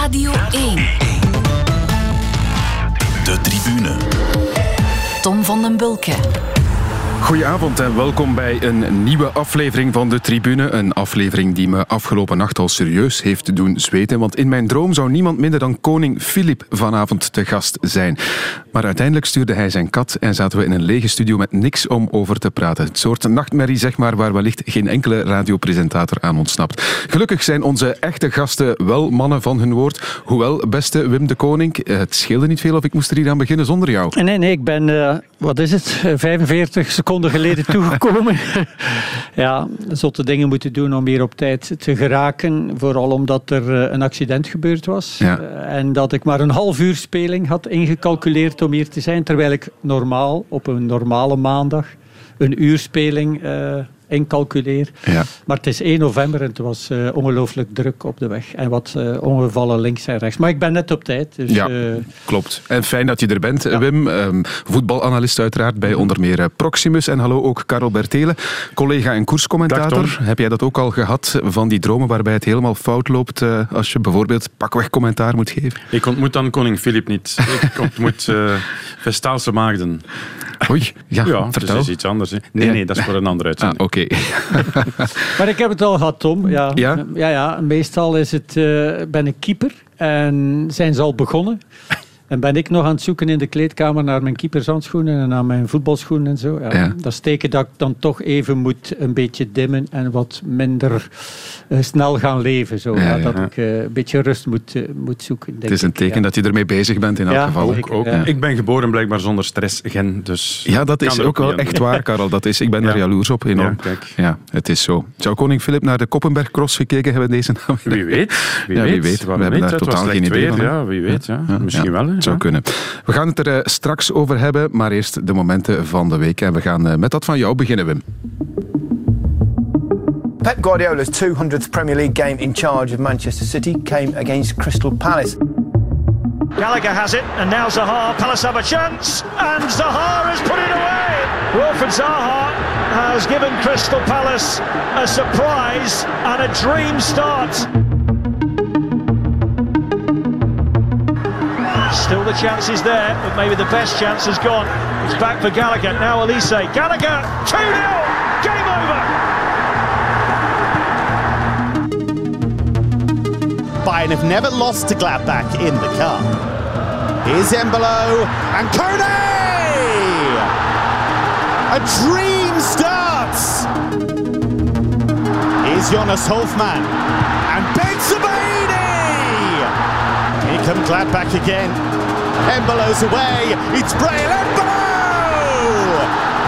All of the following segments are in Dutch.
Radio 1. De Tribune. Tom van den Bulke. Goedenavond en welkom bij een nieuwe aflevering van De Tribune. Een aflevering die me afgelopen nacht al serieus heeft doen zweten. Want in mijn droom zou niemand minder dan koning Filip vanavond te gast zijn. Maar uiteindelijk stuurde hij zijn kat en zaten we in een lege studio met niks om over te praten. Het soort nachtmerrie, zeg maar, waar wellicht geen enkele radiopresentator aan ontsnapt. Gelukkig zijn onze echte gasten wel mannen van hun woord. Hoewel, beste Wim de Koning, het scheelde niet veel of ik moest er hier aan beginnen zonder jou. Nee, ik ben, 45 seconden geleden toegekomen. Ja, zotte dingen moeten doen om hier op tijd te geraken. Vooral omdat er een accident gebeurd was. Ja. En dat ik maar een half uur speling had ingecalculeerd om hier te zijn. Terwijl ik normaal, op een normale maandag, een uur speling incalculeer. Ja. Maar het is 1 november en het was ongelooflijk druk op de weg. En wat ongevallen links en rechts. Maar ik ben net op tijd. Dus, Ja, klopt. En fijn dat je er bent, Ja. Wim. Voetbalanalist uiteraard bij onder meer Proximus. En hallo ook Karel Bertele, collega en koerscommentator. Dag, Tom. Heb jij dat ook al gehad, van die dromen waarbij het helemaal fout loopt als je bijvoorbeeld pakweg commentaar moet geven? Ik ontmoet dan koning Filip niet. Ik ontmoet Vestaalse maagden. Oei, ja, Ja, dus vertel. dat is iets anders. Hè. Nee, dat is voor een andere uitzending. Oké. Maar ik heb het al gehad, Tom. Ja? Ja, meestal is het, ben ik keeper en zijn ze al begonnen. En ben ik nog aan het zoeken in de kleedkamer naar mijn keepershandschoenen en naar mijn voetbalschoenen en zo. Ja. Dat is teken dat ik dan toch even moet een beetje dimmen en wat minder snel gaan leven. Zo. Ja, Dat ja. ik een beetje rust moet zoeken. Het is een teken dat je ermee bezig bent in elk Ja, geval. zeker. Ook. Ja. Ik ben geboren blijkbaar zonder stressgen, dus... Ja, dat kan is er ook wel niet aan echt doen. waar, Karel. Ik ben Ja. daar jaloers op, enorm. Ja, kijk. Ja, het is zo. Zou koning Filip naar de Koppenberg Cross gekeken hebben deze namiddag? Wie weet. Ja, wie weet. We hebben daar Het was totaal slecht geen idee weer, van, hè? Ja, wie weet. Ja. Misschien wel. Hè. Het zou kunnen. We gaan het er straks over hebben, maar eerst de momenten van de week. En we gaan met dat van jou beginnen, Wim. Pep Guardiola's 200th Premier League game in charge of Manchester City came against Crystal Palace. Gallagher has it, and now Zaha. Palace have a chance, and Zaha has put it away. Wilfred Zaha has given Crystal Palace a surprise and a dream start. Still the chance is there, but maybe the best chance has gone. It's back for Gallagher, now Elise. Gallagher, 2-0, game over. Bayern have never lost to Gladbach in the cup. Here's Embolo and Kone! A dream starts! Here's Jonas Hofmann and Bensebaini! Here come Gladbach again. Embolo's away, it's Breel Embolo!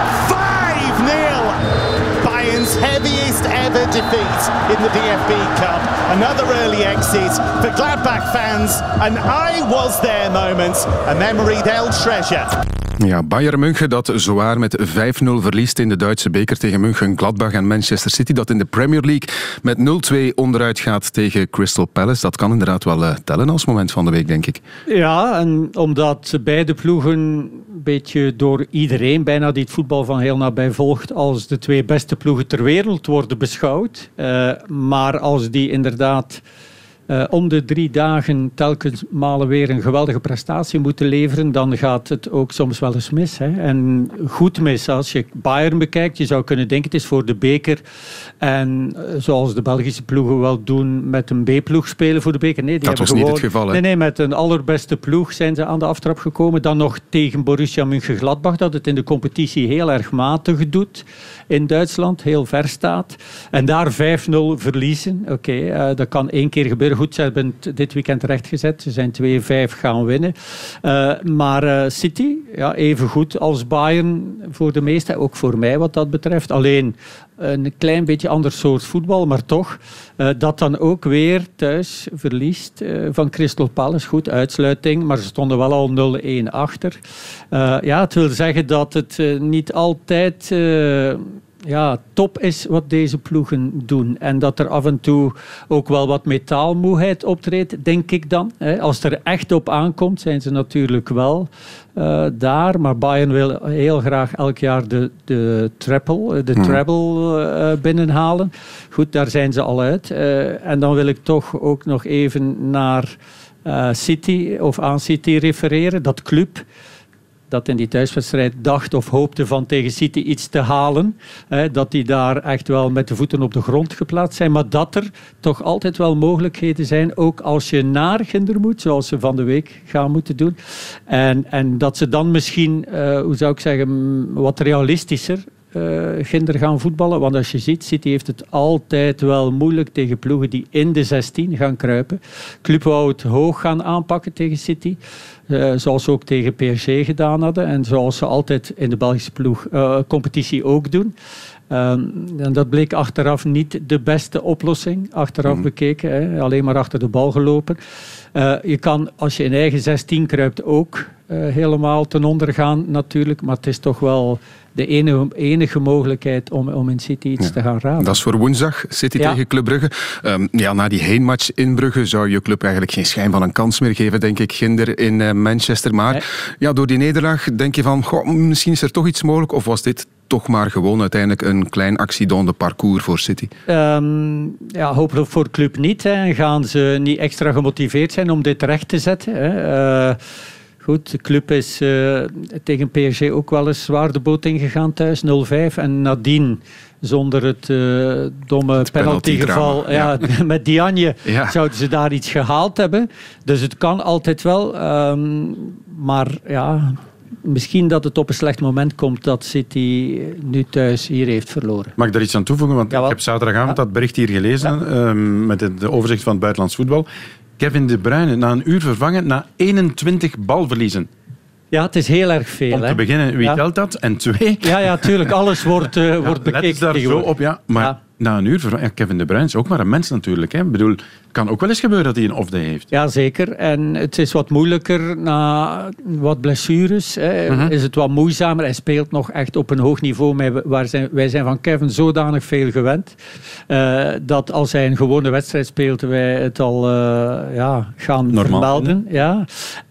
5-0! Bayern's heaviest ever defeat in the DFB Cup. Another early exit for Gladbach fans. An I was there moment. A memory they'll treasure. Ja, Bayern München dat zwaar met 5-0 verliest in de Duitse beker tegen München, Gladbach en Manchester City. Dat in de Premier League met 0-2 onderuit gaat tegen Crystal Palace. Dat kan inderdaad wel tellen als moment van de week, denk ik. Ja, en omdat beide ploegen een beetje door iedereen, bijna die het voetbal van heel nabij volgt, als de 2 beste ploegen ter wereld worden beschouwd. Maar als die inderdaad om de 3 dagen telkens malen weer een geweldige prestatie moeten leveren, dan gaat het ook soms wel eens mis. Hè? En goed mis. Als je Bayern bekijkt, je zou kunnen denken het is voor de beker. En zoals de Belgische ploegen wel doen, met een B-ploeg spelen voor de beker. Nee, die Dat was hebben niet gewoon, het geval, hè? Nee, met een allerbeste ploeg zijn ze aan de aftrap gekomen. Dan nog tegen Borussia Mönchengladbach, dat het in de competitie heel erg matig doet. In Duitsland, heel ver staat. En daar 5-0 verliezen. Oké, dat kan 1 keer gebeuren. Goed, ze hebben het dit weekend rechtgezet. Ze zijn 2-5 gaan winnen. Maar City, ja, even goed als Bayern voor de meesten. Ook voor mij wat dat betreft. Alleen een klein beetje ander soort voetbal, maar toch. Dat dan ook weer thuis verliest van Crystal Palace. Goed, uitsluiting, maar ze stonden wel al 0-1 achter. Ja, het wil zeggen dat het niet altijd top is wat deze ploegen doen. En dat er af en toe ook wel wat metaalmoeheid optreedt, denk ik dan. Als er echt op aankomt, zijn ze natuurlijk wel daar. Maar Bayern wil heel graag elk jaar de treble binnenhalen. Goed, daar zijn ze al uit. En dan wil ik toch ook nog even naar City of aan City refereren. Dat Club dat in die thuiswedstrijd dacht of hoopte van tegen City iets te halen. Dat die daar echt wel met de voeten op de grond geplaatst zijn. Maar dat er toch altijd wel mogelijkheden zijn, ook als je naar Ginder moet, zoals ze van de week gaan moeten doen. En dat ze dan misschien, hoe zou ik zeggen, wat realistischer Ginder gaan voetballen. Want als je ziet, City heeft het altijd wel moeilijk tegen ploegen die in de 16 gaan kruipen. Club wou het hoog gaan aanpakken tegen City. Zoals ze ook tegen PSG gedaan hadden. En zoals ze altijd in de Belgische competitie ook doen. En dat bleek achteraf niet de beste oplossing. Achteraf bekeken. Alleen maar achter de bal gelopen. Je kan, als je in eigen 16 kruipt, ook helemaal ten onder gaan natuurlijk. Maar het is toch wel de enige mogelijkheid om in City iets te gaan raden. Dat is voor woensdag, City tegen Club Brugge. Na die heenmatch in Brugge zou je club eigenlijk geen schijn van een kans meer geven, denk ik, Ginder in Manchester. Maar door die nederlaag denk je van, misschien is er toch iets mogelijk, of was dit toch maar gewoon uiteindelijk een klein accident de parcours voor City? Hopelijk voor Club niet. En gaan ze niet extra gemotiveerd zijn om dit recht te zetten. Goed, de club is tegen PSG ook wel eens zwaar de boot ingegaan thuis, 0-5. En nadien, zonder het domme penaltygeval met Diagne, zouden ze daar iets gehaald hebben. Dus het kan altijd wel. Maar misschien dat het op een slecht moment komt dat City nu thuis hier heeft verloren. Mag ik daar iets aan toevoegen? Want ik heb zaterdagavond dat bericht hier gelezen met het overzicht van het buitenlands voetbal. Kevin De Bruyne na een uur vervangen na 21 balverliezen. Ja, het is heel erg veel. Om te beginnen, wie telt dat? En 2? Ja, tuurlijk. Alles wordt bekeken. Let daar zo op, maar na een uur vervangen... Kevin De Bruyne is ook maar een mens natuurlijk. Hè. Ik bedoel, het kan ook wel eens gebeuren dat hij een off-day heeft. Ja, zeker. En het is wat moeilijker na wat blessures. Is het wat moeizamer. Hij speelt nog echt op een hoog niveau. Wij zijn van Kevin zodanig veel gewend. Dat als hij een gewone wedstrijd speelt, wij het al gaan vermelden. Ja.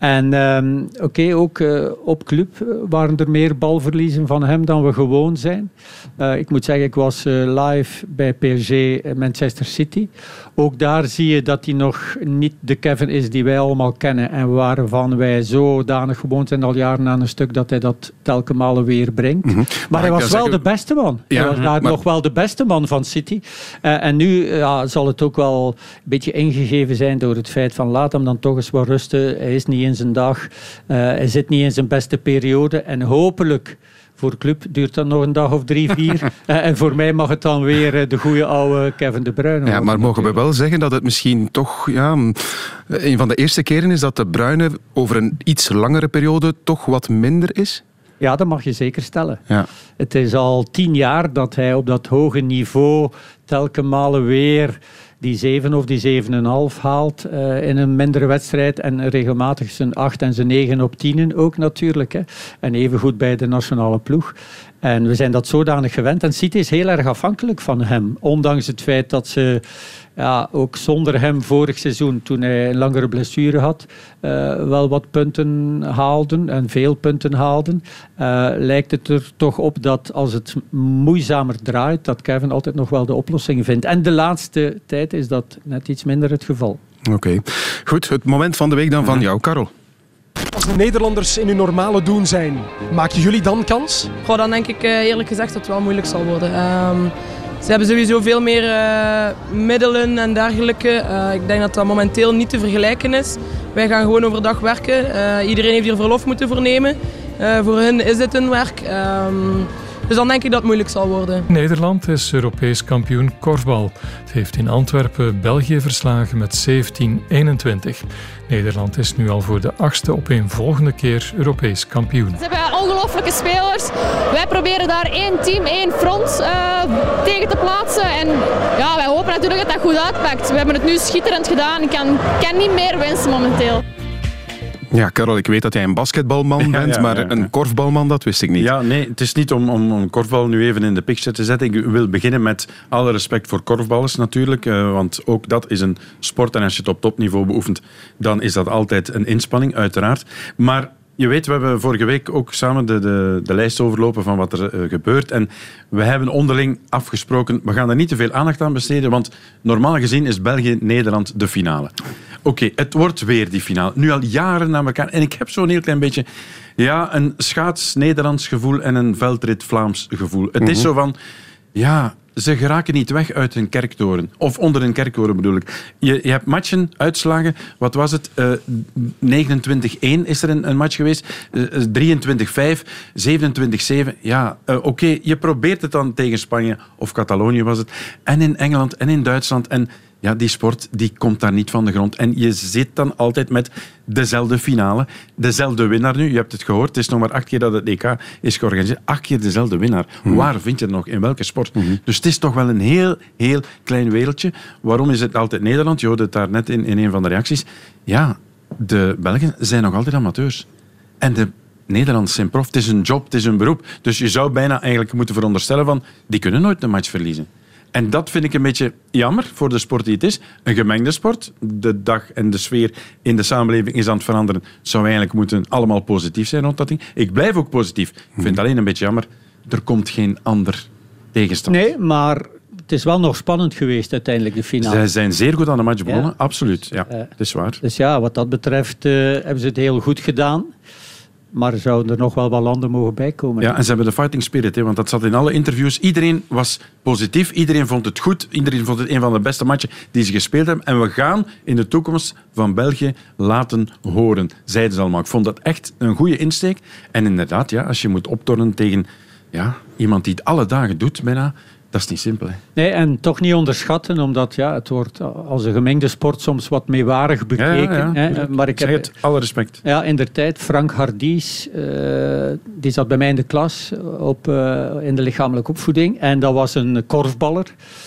En ook op club waren er meer balverliezen van hem dan we gewoon zijn. Ik moet zeggen, ik was live bij PSG Manchester City. Ook daar zie je dat hij nog niet de Kevin is die wij allemaal kennen en waarvan wij zodanig gewoon zijn al jaren aan een stuk dat hij dat telkens malen weer brengt. Mm-hmm. Maar hij was wel de beste man. Hij was daar nog wel de beste man van City. En nu zal het ook wel een beetje ingegeven zijn door het feit van laat hem dan toch eens wat rusten. Hij is niet in zijn dag. Hij zit niet in zijn beste periode. En hopelijk... Voor de club duurt dat nog een dag of 3, 4. En voor mij mag het dan weer de goede oude Kevin De Bruyne worden. Ja, maar mogen we wel zeggen dat het misschien toch een van de eerste keren is dat De Bruyne over een iets langere periode toch wat minder is? Ja, dat mag je zeker stellen. Ja. Het is al 10 jaar dat hij op dat hoge niveau telkens malen weer die 7 of die 7,5 haalt in een mindere wedstrijd en regelmatig zijn 8 en zijn 9 op 10 ook natuurlijk. Hè. En evengoed bij de nationale ploeg. En we zijn dat zodanig gewend. En City is heel erg afhankelijk van hem. Ondanks het feit dat ze ook zonder hem vorig seizoen, toen hij een langere blessure had, wel wat punten haalden en veel punten haalden. Lijkt het er toch op dat als het moeizamer draait, dat Kevin altijd nog wel de oplossing vindt. En de laatste tijd is dat net iets minder het geval. Oké. Goed, het moment van de week dan van jou, Karel. Als de Nederlanders in hun normale doen zijn, maken jullie dan kans? Dan denk ik eerlijk gezegd dat het wel moeilijk zal worden. Ze hebben sowieso veel meer middelen en dergelijke. Ik denk dat dat momenteel niet te vergelijken is. Wij gaan gewoon overdag werken. Iedereen heeft hier verlof moeten voornemen. Voor hen is dit een werk. Dus dan denk ik dat het moeilijk zal worden. Nederland is Europees kampioen korfbal. Het heeft in Antwerpen België verslagen met 17-21. Nederland is nu al voor de 8e opeenvolgende keer Europees kampioen. Ze hebben ongelooflijke spelers. Wij proberen daar 1 team, 1 front tegen te plaatsen. En wij hopen natuurlijk dat dat goed uitpakt. We hebben het nu schitterend gedaan. Ik kan niet meer wensen momenteel. Ja, Karel, ik weet dat jij een basketbalman bent, maar een korfbalman, dat wist ik niet. Ja, nee, het is niet om korfbal nu even in de picture te zetten. Ik wil beginnen met alle respect voor korfballers natuurlijk, want ook dat is een sport en als je het op topniveau beoefent, dan is dat altijd een inspanning, uiteraard. Maar je weet, we hebben vorige week ook samen de lijst overlopen van wat er gebeurt. En we hebben onderling afgesproken, we gaan er niet te veel aandacht aan besteden, want normaal gezien is België-Nederland de finale. Oké, het wordt weer die finale. Nu al jaren na elkaar. En ik heb zo'n heel klein beetje een schaats-Nederlands gevoel en een veldrit-Vlaams gevoel. Het is zo van... Ja, ze geraken niet weg uit hun kerktoren. Of onder een kerktoren bedoel ik. Je hebt matchen, uitslagen. Wat was het? 29-1 is er een match geweest. 23-5, 27-7. Ja, oké, je probeert het dan tegen Spanje. Of Catalonië was het. En in Engeland en in Duitsland. En ja, die sport die komt daar niet van de grond. En je zit dan altijd met dezelfde finale. Dezelfde winnaar nu. Je hebt het gehoord. Het is nog maar 8 keer dat het EK is georganiseerd. 8 keer dezelfde winnaar. Waar vind je het nog? In welke sport? Dus het is toch wel een heel, heel klein wereldje. Waarom is het altijd Nederland? Je hoorde het daar net in een van de reacties. Ja, de Belgen zijn nog altijd amateurs. En de Nederlanders zijn prof. Het is een job, het is een beroep. Dus je zou bijna eigenlijk moeten veronderstellen van die kunnen nooit een match verliezen. En dat vind ik een beetje jammer voor de sport die het is. Een gemengde sport. De dag en de sfeer in de samenleving is aan het veranderen. Het zou eigenlijk moeten allemaal positief zijn rond dat ding. Ik blijf ook positief. Ik vind het alleen een beetje jammer. Er komt geen ander tegenstand. Nee, maar het is wel nog spannend geweest uiteindelijk, de finale. Zij zijn zeer goed aan de match begonnen. Ja. Absoluut. Ja, het is waar. Dus ja, wat dat betreft hebben ze het heel goed gedaan. Maar er zouden er nog wel wat landen mogen bijkomen. Ja, en ze hebben de fighting spirit, want dat zat in alle interviews. Iedereen was positief, iedereen vond het goed. Iedereen vond het een van de beste matchen die ze gespeeld hebben. En we gaan in de toekomst van België laten horen, zeiden ze allemaal. Ik vond dat echt een goede insteek. En inderdaad, als je moet optornen tegen iemand die het alle dagen doet, bijna... Dat is niet simpel. Hè? Nee, en toch niet onderschatten, omdat het wordt als een gemengde sport soms wat meewarig bekeken. Ja. Maar ik heb het, alle respect. Ja, in der tijd, Frank Hardies, die zat bij mij in de klas in de lichamelijke opvoeding. En dat was een korfballer.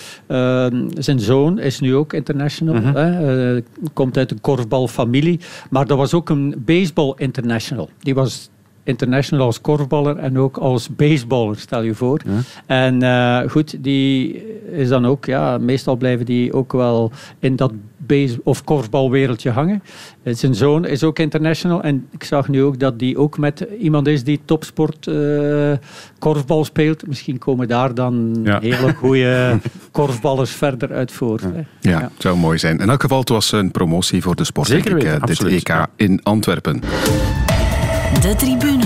Zijn zoon is nu ook international. Komt uit een korfbalfamilie. Maar dat was ook een baseball international. Die was international als korfballer en ook als baseballer, stel je voor. Ja. En goed, die is dan ook, meestal blijven die ook wel in dat of korfbalwereldje hangen. Zijn zoon is ook international en ik zag nu ook dat die ook met iemand is die topsport korfbal speelt. Misschien komen daar dan hele goede korfballers verder uit voort. Ja, het zou mooi zijn. In elk geval, het was een promotie voor de sport. Zeker weten, dit EK in Antwerpen. De tribune.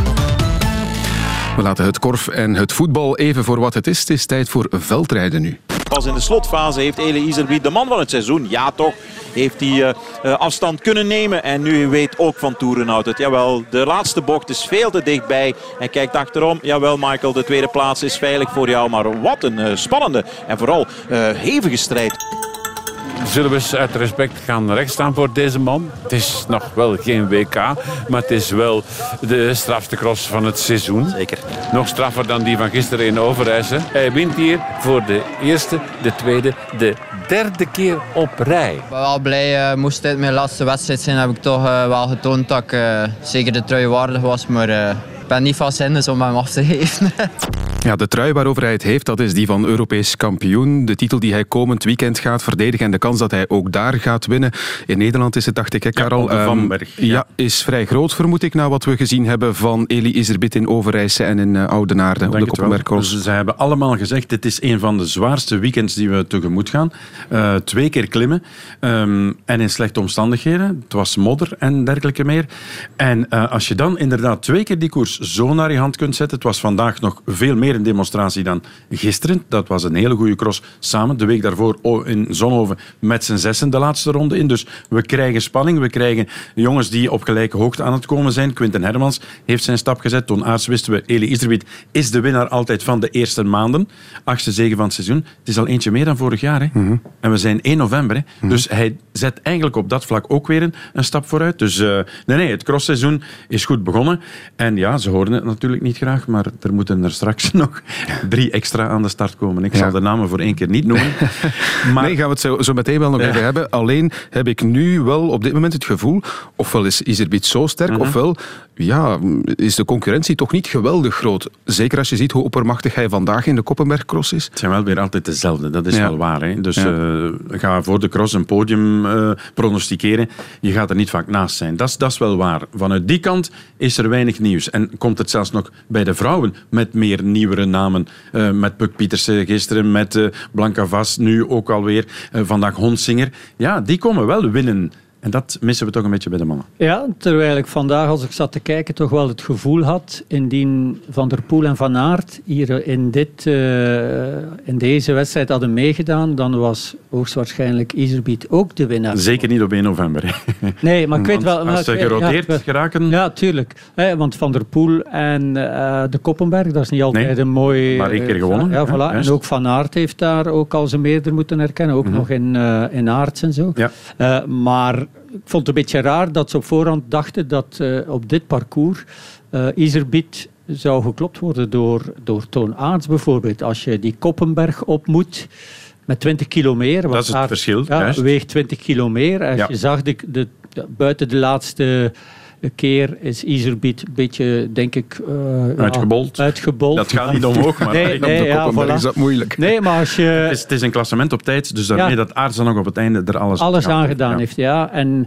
We laten het korf en het voetbal even voor wat het is. Het is tijd voor veldrijden nu. Pas in de slotfase heeft Elie Iserbyt, de man van het seizoen, heeft hij afstand kunnen nemen. En nu weet ook Van Toerenhout het. Jawel, de laatste bocht is veel te dichtbij. Hij kijkt achterom. Jawel, Michael, de tweede plaats is veilig voor jou. Maar wat een spannende en vooral hevige strijd. Zullen we eens uit respect gaan rechtstaan voor deze man? Het is nog wel geen WK, maar het is wel de strafste cross van het seizoen. Zeker. Nog straffer dan die van gisteren in Overijse. Hij wint hier voor de eerste, de tweede, de derde keer op rij. Ik ben wel blij. Moest dit mijn laatste wedstrijd zijn, heb ik toch wel getoond dat ik zeker de trui waardig was. Maar ik ben niet van zin om hem af te geven. Ja, de trui waarover hij het heeft, dat is die van Europees kampioen. De titel die hij komend weekend gaat verdedigen en de kans dat hij ook daar gaat winnen. In Nederland is het, dacht ik, Karel? Vanberg. Is vrij groot, vermoed ik, na wat we gezien hebben van Elie Iserbyt in Overijse en in Oudenaarde op de Koppenbergcross. Dus ze hebben allemaal gezegd, dit is een van de zwaarste weekends die we tegemoet gaan. 2 keer klimmen en in slechte omstandigheden. Het was modder en dergelijke meer. En als je dan inderdaad 2 keer die koers zo naar je hand kunt zetten, het was vandaag nog veel meer een demonstratie dan gisteren. Dat was een hele goede cross samen. De week daarvoor in Zonhoven met z'n 6 de laatste ronde in. Dus we krijgen spanning. We krijgen jongens die op gelijke hoogte aan het komen zijn. Quinten Hermans heeft zijn stap gezet. Toon Aerts wisten we. Elie Iserbyt is de winnaar altijd van de eerste maanden. 8e zege van het seizoen. Het is al eentje meer dan vorig jaar. Hè. En we zijn 1 november. Hè. Dus hij zet eigenlijk op dat vlak ook weer een stap vooruit. Dus nee, het crossseizoen is goed begonnen. En ja, ze horen het natuurlijk niet graag, maar er moeten er straks nog 3 extra aan de start komen. Ik zal de namen voor 1 keer niet noemen. Maar nee, gaan we het zo meteen wel nog even hebben. Alleen heb ik nu wel op dit moment het gevoel, ofwel is Iserbyt zo sterk, ofwel is de concurrentie toch niet geweldig groot. Zeker als je ziet hoe oppermachtig hij vandaag in de Koppenbergcross is. Het zijn wel weer altijd dezelfde, dat is wel waar. Hè? Dus ga voor de cross een podium pronosticeren. Je gaat er niet vaak naast zijn. Dat is wel waar. Vanuit die kant is er weinig nieuws. En komt het zelfs nog bij de vrouwen met meer nieuwe nieuwere namen. Met Puk Pietersen gisteren, met Blanca Vas, nu ook alweer. Vandaag Honsinger. Ja, die komen wel winnen. En dat missen we toch een beetje bij de mannen. Ja, terwijl ik vandaag, als ik zat te kijken, toch wel het gevoel had, indien Van der Poel en Van Aert hier in deze wedstrijd hadden meegedaan, dan was hoogstwaarschijnlijk Iserbyt ook de winnaar. Zeker niet op 1 november. Nee, maar ik weet wel... Als ze geroteerd geraken... Ja, tuurlijk. Want Van der Poel en de Koppenberg, dat is niet altijd een mooi... maar 1 keer gewonnen. Ja, voilà. En ook Van Aert heeft daar ook al zijn meerder moeten herkennen. Ook nog in Aerts en zo. Ja. Maar ik vond het een beetje raar dat ze op voorhand dachten dat op dit parcours Iserbyt zou geklopt worden door Toon Aerts bijvoorbeeld. Als je die Koppenberg op moet met 20 kilo meer. Dat is het verschil. Ja, weegt 20 kilo meer. Als je zag buiten de laatste keer is Iserbyt een beetje, denk ik... uitgebold. Dat gaat niet omhoog, maar nee, op de Koppenberg is dat moeilijk. Nee, maar als je... Het is een klassement op tijd, dus daarmee dat Aerts dan nog op het einde er alles aan gedaan heeft. Ja. En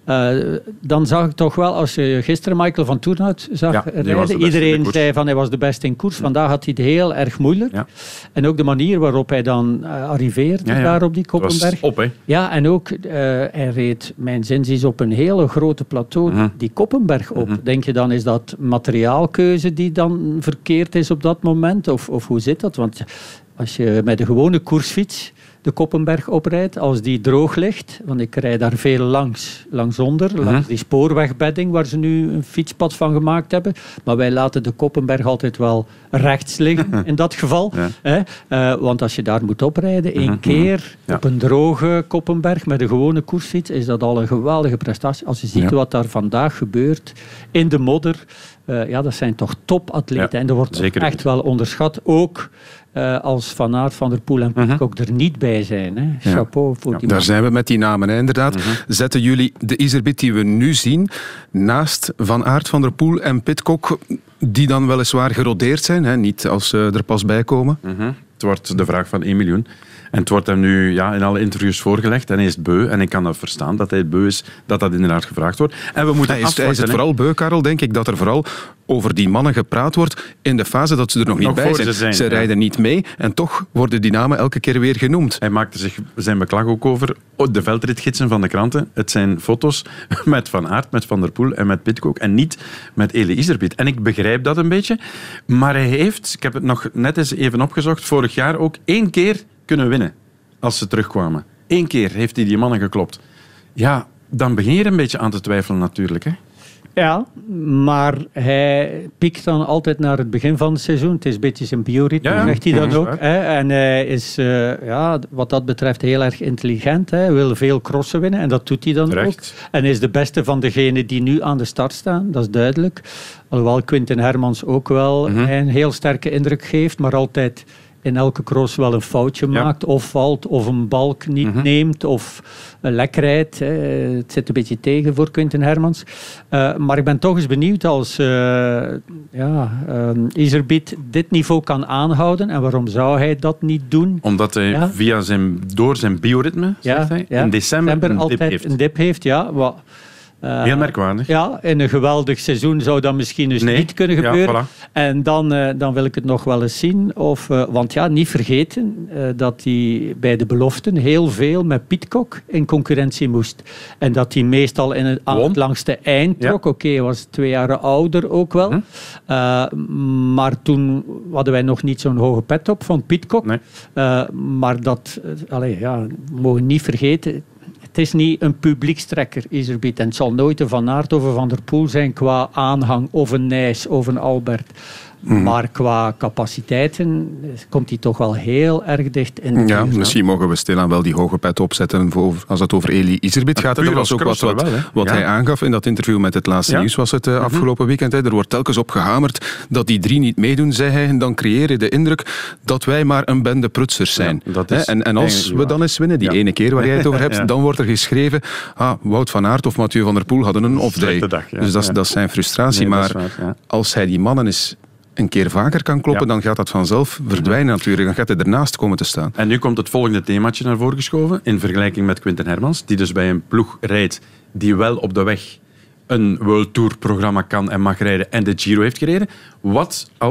dan zag ik toch wel, als je gisteren Michael van Toernout zag rijden, iedereen zei van hij was de beste in koers. Vandaag had hij het heel erg moeilijk. Ja. En ook de manier waarop hij dan arriveerde daar op die Koppenberg. Dat was op, hè? Ja, en ook hij reed, mijn zinziens, op een hele grote plateau die Koppenberg op. Denk je dan, is dat materiaalkeuze die dan verkeerd is op dat moment? Of hoe zit dat? Want als je met een gewone koersfiets de Koppenberg oprijdt, als die droog ligt, want ik rijd daar veel langsonder, langs die spoorwegbedding waar ze nu een fietspad van gemaakt hebben. Maar wij laten de Koppenberg altijd wel rechts liggen, in dat geval. Want als je daar moet oprijden, 1 keer op een droge Koppenberg met een gewone koersfiets, is dat al een geweldige prestatie. Als je ziet wat daar vandaag gebeurt in de modder, dat zijn toch topatleten. En dat wordt echt wel onderschat. Ook als Van Aert, Van der Poel en Pidcock er niet bij zijn. Hè. Chapeau voor die daar zijn we met die namen, hè, inderdaad. Zetten jullie de Iserbyt die we nu zien naast Van Aert, Van der Poel en Pidcock, die dan weliswaar gerodeerd zijn, hè, niet als ze er pas bij komen? Het wordt de vraag van 1 miljoen. En het wordt hem nu in alle interviews voorgelegd. En hij is beu. En ik kan dat verstaan, dat hij beu is, dat inderdaad gevraagd wordt. En we moeten hij is het vooral beu, Karel, denk ik, dat er vooral over die mannen gepraat wordt in de fase dat ze er nog niet bij zijn. Ze rijden niet mee en toch worden die namen elke keer weer genoemd. Hij maakte zich zijn beklag ook over de veldritgidsen van de kranten. Het zijn foto's met Van Aert, met Van der Poel en met Pidcock en niet met Eli Iserbyt. En ik begrijp dat een beetje. Maar hij heeft, ik heb het nog net eens even opgezocht, vorig jaar ook 1 keer kunnen winnen als ze terugkwamen. 1 keer heeft hij die mannen geklopt. Ja, dan begin je een beetje aan te twijfelen natuurlijk, hè? Ja, maar hij piekt dan altijd naar het begin van het seizoen. Het is een beetje zijn bioritme, zegt hij dan ook. Hè? En hij is wat dat betreft heel erg intelligent. Hij wil veel crossen winnen en dat doet hij dan ook. En is de beste van degenen die nu aan de start staan, dat is duidelijk. Alhoewel Quinten Hermans ook wel een heel sterke indruk geeft, maar altijd in elke cross wel een foutje maakt, of valt, of een balk niet neemt, of lek rijdt. Het zit een beetje tegen voor Quinten Hermans. Maar ik ben toch eens benieuwd als Iserbyt dit niveau kan aanhouden. En waarom zou hij dat niet doen? Omdat hij door zijn bioritme, zegt hij, in december een dip heeft. Een dip heeft, heel merkwaardig. Ja, in een geweldig seizoen zou dat misschien niet kunnen gebeuren. Ja, voilà. En dan wil ik het nog wel eens zien. Want niet vergeten dat hij bij de beloften heel veel met Pidcock in concurrentie moest. En dat hij meestal in het langste eind trok. Ja. Oké, hij was 2 jaar ouder ook wel. Maar toen hadden wij nog niet zo'n hoge pet op van Pidcock. Nee. Maar dat, we mogen niet vergeten. Het is niet een publiekstrekker, Iserbyt. En het zal nooit een Van Aert of een Van der Poel zijn qua aanhang, of een Nijs of een Albert. Maar qua capaciteiten komt hij toch wel heel erg dicht in. Ja, misschien mogen we stilaan wel die hoge pet opzetten als het over Eli Iserbyt gaat. Dat was ook wat hij aangaf in dat interview met het laatste nieuws was het afgelopen weekend. Er wordt telkens op gehamerd dat die 3 niet meedoen, zei hij. En dan creëer je de indruk dat wij maar een bende prutsers zijn. En als we dan eens winnen, die ene keer waar jij het over hebt, dan wordt er geschreven, Wout van Aert of Mathieu van der Poel hadden een off-day. Dus dat is zijn frustratie. Maar als hij die mannen is een keer vaker kan kloppen, dan gaat dat vanzelf verdwijnen natuurlijk. Dan gaat hij ernaast komen te staan. En nu komt het volgende themaatje naar voren geschoven, in vergelijking met Quinten Hermans, die dus bij een ploeg rijdt die wel op de weg een World Tour programma kan en mag rijden en de Giro heeft gereden. Wat als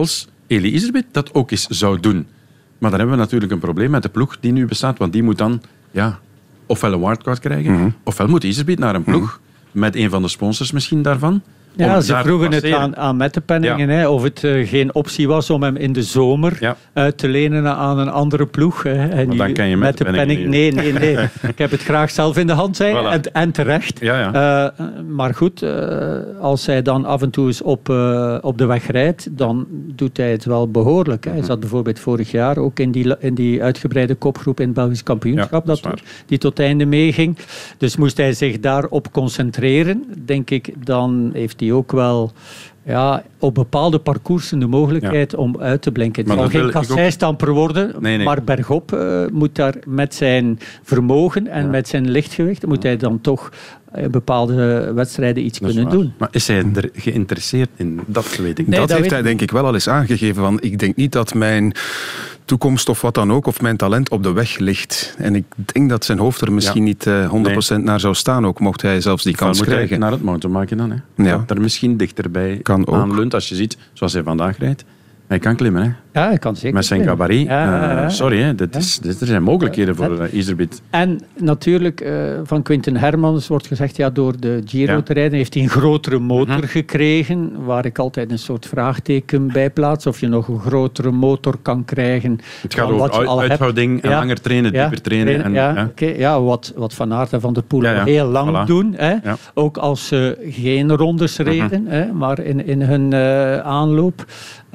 Elie Iserbyt dat ook eens zou doen. Maar dan hebben we natuurlijk een probleem met de ploeg die nu bestaat, want die moet dan ofwel een wildcard krijgen, ofwel moet Iserbyt naar een ploeg met een van de sponsors misschien daarvan. Ja, ze vroegen het aan Mettepenningen, hè, of het geen optie was om hem in de zomer uit te lenen aan een andere ploeg. Hè. En maar dan kan je Mettepenningen niet. Nee. Ik heb het graag zelf in de hand, en terecht. Maar goed, als hij dan af en toe eens op de weg rijdt, dan doet hij het wel behoorlijk. Hè. Hij zat bijvoorbeeld vorig jaar ook in die uitgebreide kopgroep in het Belgisch kampioenschap, die tot het einde meeging. Dus moest hij zich daarop concentreren, denk ik, dan heeft hij ook wel op bepaalde parcoursen de mogelijkheid om uit te blinken. Het zal geen kasseistamper worden, maar bergop moet daar met zijn vermogen en met zijn lichtgewicht moet hij dan toch in bepaalde wedstrijden iets kunnen doen. Maar is hij er geïnteresseerd in? Dat weet ik niet. Dat heeft hij denk ik wel al eens aangegeven. Want ik denk niet dat mijn toekomst of wat dan ook, of mijn talent op de weg ligt. En ik denk dat zijn hoofd er misschien niet 100% naar zou staan, ook mocht hij zelfs die kans krijgen. Moet naar het mountainbiken dan. Hè? Dat er misschien dichterbij aanleunt, als je ziet, zoals hij vandaag rijdt. Hij kan klimmen, hè? Ja, hij kan zeker. Met zijn gabarit. Sorry, hè. Er zijn mogelijkheden voor Iserbyt. En natuurlijk, van Quinten Hermans wordt gezegd, door de Giro te rijden heeft hij een grotere motor gekregen, waar ik altijd een soort vraagteken bij plaats. Of je nog een grotere motor kan krijgen. Het gaat over uithouding en langer trainen, dieper trainen. Wat Van Aert en Van der Poel al heel lang doen. Hè. Ja. Ook als ze geen rondes reden, maar in hun aanloop.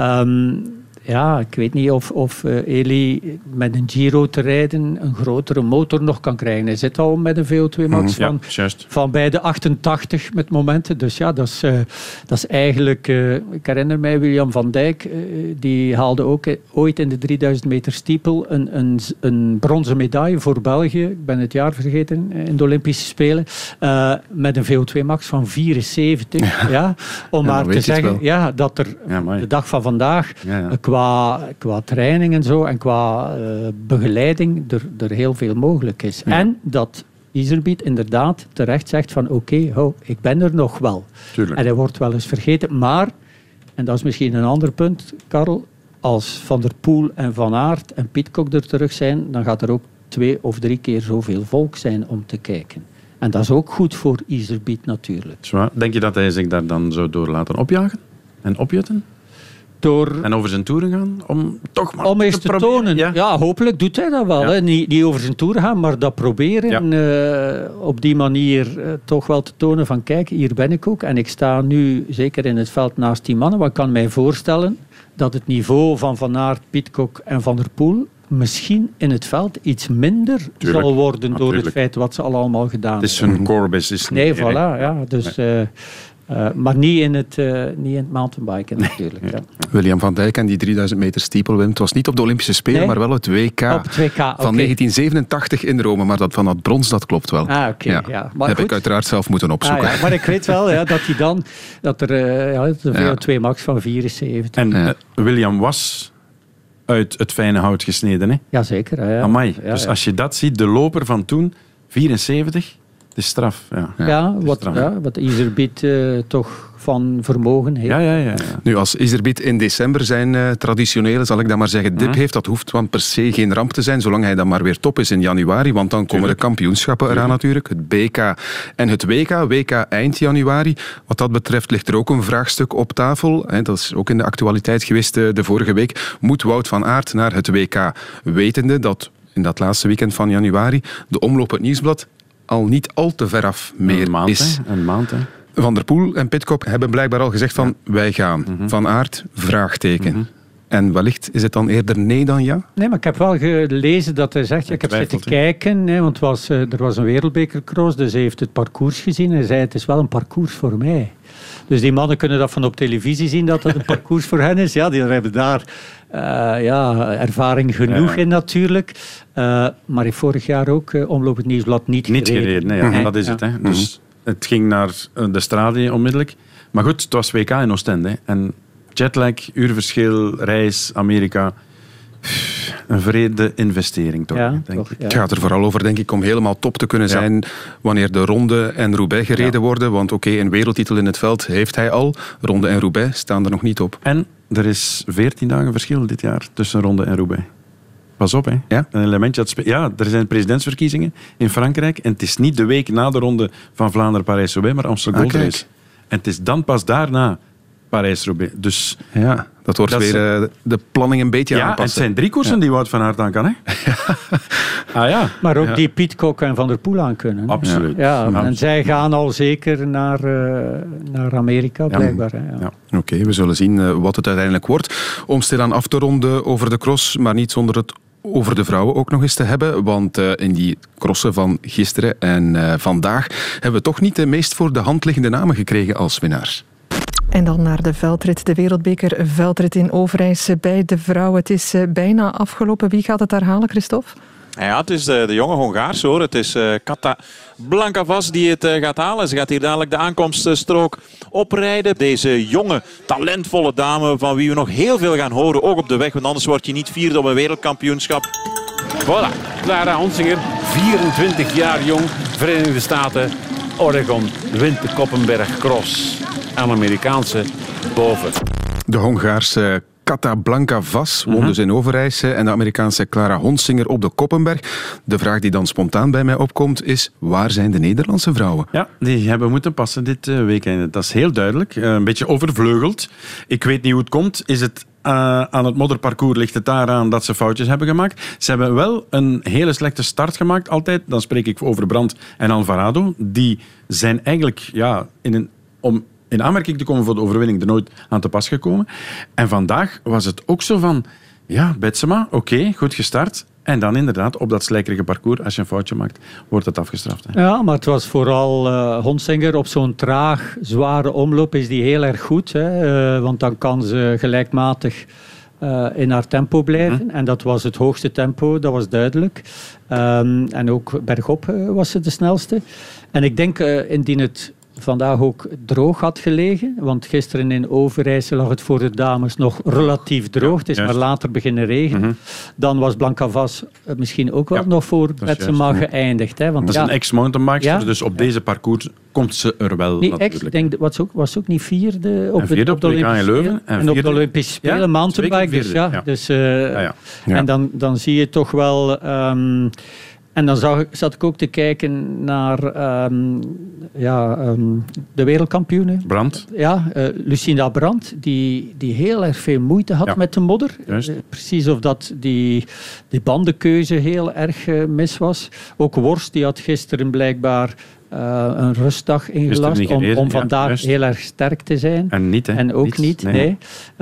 Ik weet niet of Elie met een Giro te rijden een grotere motor nog kan krijgen. Hij zit al met een VO2 max van bij de 88 met momenten. Dus dat is eigenlijk... ik herinner mij, William van Dijk, die haalde ook ooit in de 3000 meter steeple een bronzen medaille voor België. Ik ben het jaar vergeten, in de Olympische Spelen. Met een VO2 max van 74. Om maar te zeggen dat er de dag van vandaag... Qua training en zo en qua begeleiding er heel veel mogelijk is. Ja. En dat Iserbyt inderdaad terecht zegt van oké, ik ben er nog wel. Tuurlijk. En hij wordt wel eens vergeten. Maar, en dat is misschien een ander punt, Karel, als Van der Poel en Van Aert en Pidcock er terug zijn, dan gaat er ook 2 of 3 keer zoveel volk zijn om te kijken. En dat is ook goed voor Iserbyt natuurlijk. Zwaar. Denk je dat hij zich daar dan zou door laten opjagen en opjutten? En over zijn toeren gaan? Om eens te tonen. Ja, hopelijk doet hij dat wel. Hè. Niet over zijn toeren gaan, maar dat proberen op die manier toch wel te tonen van kijk, hier ben ik ook. En ik sta nu zeker in het veld naast die mannen. Want ik kan mij voorstellen dat het niveau van Van Aert, Pidcock en Van der Poel misschien in het veld iets minder zal worden door het feit wat ze allemaal gedaan hebben. Het is hun core business. Nee, voilà. Ja. Dus... maar niet in het mountainbiken natuurlijk. Ja. William van Dijk en die 3000 meter steeple, Wim. Het was niet op de Olympische Spelen, maar wel het WK. Op het WK, van 1987 in Rome. Maar van dat brons, dat klopt wel. Maar heb ik uiteraard zelf moeten opzoeken. Maar ik weet wel dat er VO2 max van 74. En William was uit het fijne hout gesneden, hè? Jazeker. Ja. Amai. Dus als je dat ziet, de loper van toen, 74... Het is straf. Wat Iserbyt toch van vermogen heeft. Ja. Nu, als Iserbyt in december zijn traditionele, zal ik dan maar zeggen, dip heeft, dat hoeft want per se geen ramp te zijn, zolang hij dan maar weer top is in januari, want dan komen de kampioenschappen eraan natuurlijk, het BK en het WK. WK eind januari. Wat dat betreft ligt er ook een vraagstuk op tafel. Dat is ook in de actualiteit geweest de vorige week. Moet Wout van Aert naar het WK? Wetende dat in dat laatste weekend van januari de omloop het Nieuwsblad al niet al te veraf meer is. Een maand, hè? Van der Poel en Pidcock hebben blijkbaar al gezegd van wij gaan. Van Aert, vraagteken. En wellicht is het dan eerder nee dan ja? Nee, maar ik heb wel gelezen dat hij zegt, ik heb zitten kijken, want er was een wereldbekercross, dus hij heeft het parcours gezien en hij zei het is wel een parcours voor mij. Dus die mannen kunnen dat van op televisie zien, dat het een parcours voor hen is. Ja, die hebben daar ervaring genoeg in natuurlijk. Maar heeft vorig jaar ook Omloop het Nieuwsblad niet gereden. Nee, dat is het. Hè. Dus het ging naar de Strade onmiddellijk. Maar goed, het was WK in Oostende. En jetlag, uurverschil, reis, Amerika. Een vrede investering toch, denk ik. Ja. Het gaat er vooral over, denk ik, om helemaal top te kunnen zijn wanneer de Ronde en Roubaix gereden worden. Want een wereldtitel in het veld heeft hij al. Ronde en Roubaix staan er nog niet op. En er is 14 dagen verschil dit jaar tussen Ronde en Roubaix. Pas op, hè. Ja? Een elementje er zijn presidentsverkiezingen in Frankrijk en het is niet de week na de Ronde van Vlaanderen-Parijs-Roubaix, maar Amsterdam Gold Race. En het is dan pas daarna Parijs-Roubaix. Dus ja, dat wordt weer de planning een beetje aanpassen. En het zijn 3 koersen die Wout van Aert aan kan. Hè? Maar ook die Pidcock en Van der Poel aan kunnen. Hè? Absoluut. En zij gaan al zeker naar Amerika, blijkbaar. Hè? Oké, we zullen zien wat het uiteindelijk wordt. Om stilaan af te ronden over de cross, maar niet zonder het over de vrouwen ook nog eens te hebben. Want in die crossen van gisteren en vandaag hebben we toch niet de meest voor de hand liggende namen gekregen als winnaars. En dan naar de veldrit, de wereldbeker veldrit in Overijse bij de vrouwen. Het is bijna afgelopen. Wie gaat het daar halen, Christophe? Ja, het is de jonge Hongaars hoor. Het is Kata Blankavas die het gaat halen. Ze gaat hier dadelijk de aankomststrook oprijden. Deze jonge, talentvolle dame van wie we nog heel veel gaan horen. Ook op de weg, want anders word je niet vierde op een wereldkampioenschap. Voilà, Clara Honsinger, 24 jaar jong, Verenigde Staten, Oregon, wint de Koppenberg Cross. Aan Amerikaanse boven. De Hongaarse Kata Blankavas won dus in Overijse en de Amerikaanse Clara Honsinger op de Koppenberg. De vraag die dan spontaan bij mij opkomt is, waar zijn de Nederlandse vrouwen? Ja, die hebben moeten passen dit weekend. Dat is heel duidelijk. Een beetje overvleugeld. Ik weet niet hoe het komt. Is het aan het modderparcours, ligt het daaraan dat ze foutjes hebben gemaakt? Ze hebben wel een hele slechte start gemaakt, altijd. Dan spreek ik over Brandt en Alvarado. Die zijn eigenlijk om in aanmerking te komen voor de overwinning er nooit aan te pas gekomen. En vandaag was het ook zo van, Betsema, oké, goed gestart. En dan inderdaad, op dat slijkerige parcours, als je een foutje maakt, wordt het afgestraft. Hè. Ja, maar het was vooral Honsinger op zo'n traag, zware omloop is die heel erg goed. Hè, want dan kan ze gelijkmatig in haar tempo blijven. En dat was het hoogste tempo, dat was duidelijk. En ook bergop was ze de snelste. En ik denk, indien het vandaag ook droog had gelegen, want gisteren in Overijse lag het voor de dames nog relatief droog. Het is maar later beginnen regenen. Dan was Blankavas misschien ook wel nog voor Betsema geëindigd. Hè, want dat is een ex-mountainbikester, dus op deze parcours komt ze er wel natuurlijk. Ik denk, was ook niet vierde op de Olympische Spelen. En op de Olympische Spelen mountainbike. En dan zie je toch wel... En dan zat ik ook te kijken naar de wereldkampioene. Brandt. Lucinda Brandt, die heel erg veel moeite had met de modder. Precies of dat die bandenkeuze heel erg mis was. Ook Worst, die had gisteren blijkbaar een rustdag ingelast om vandaag heel erg sterk te zijn. En niet, hè? En ook niet, nee.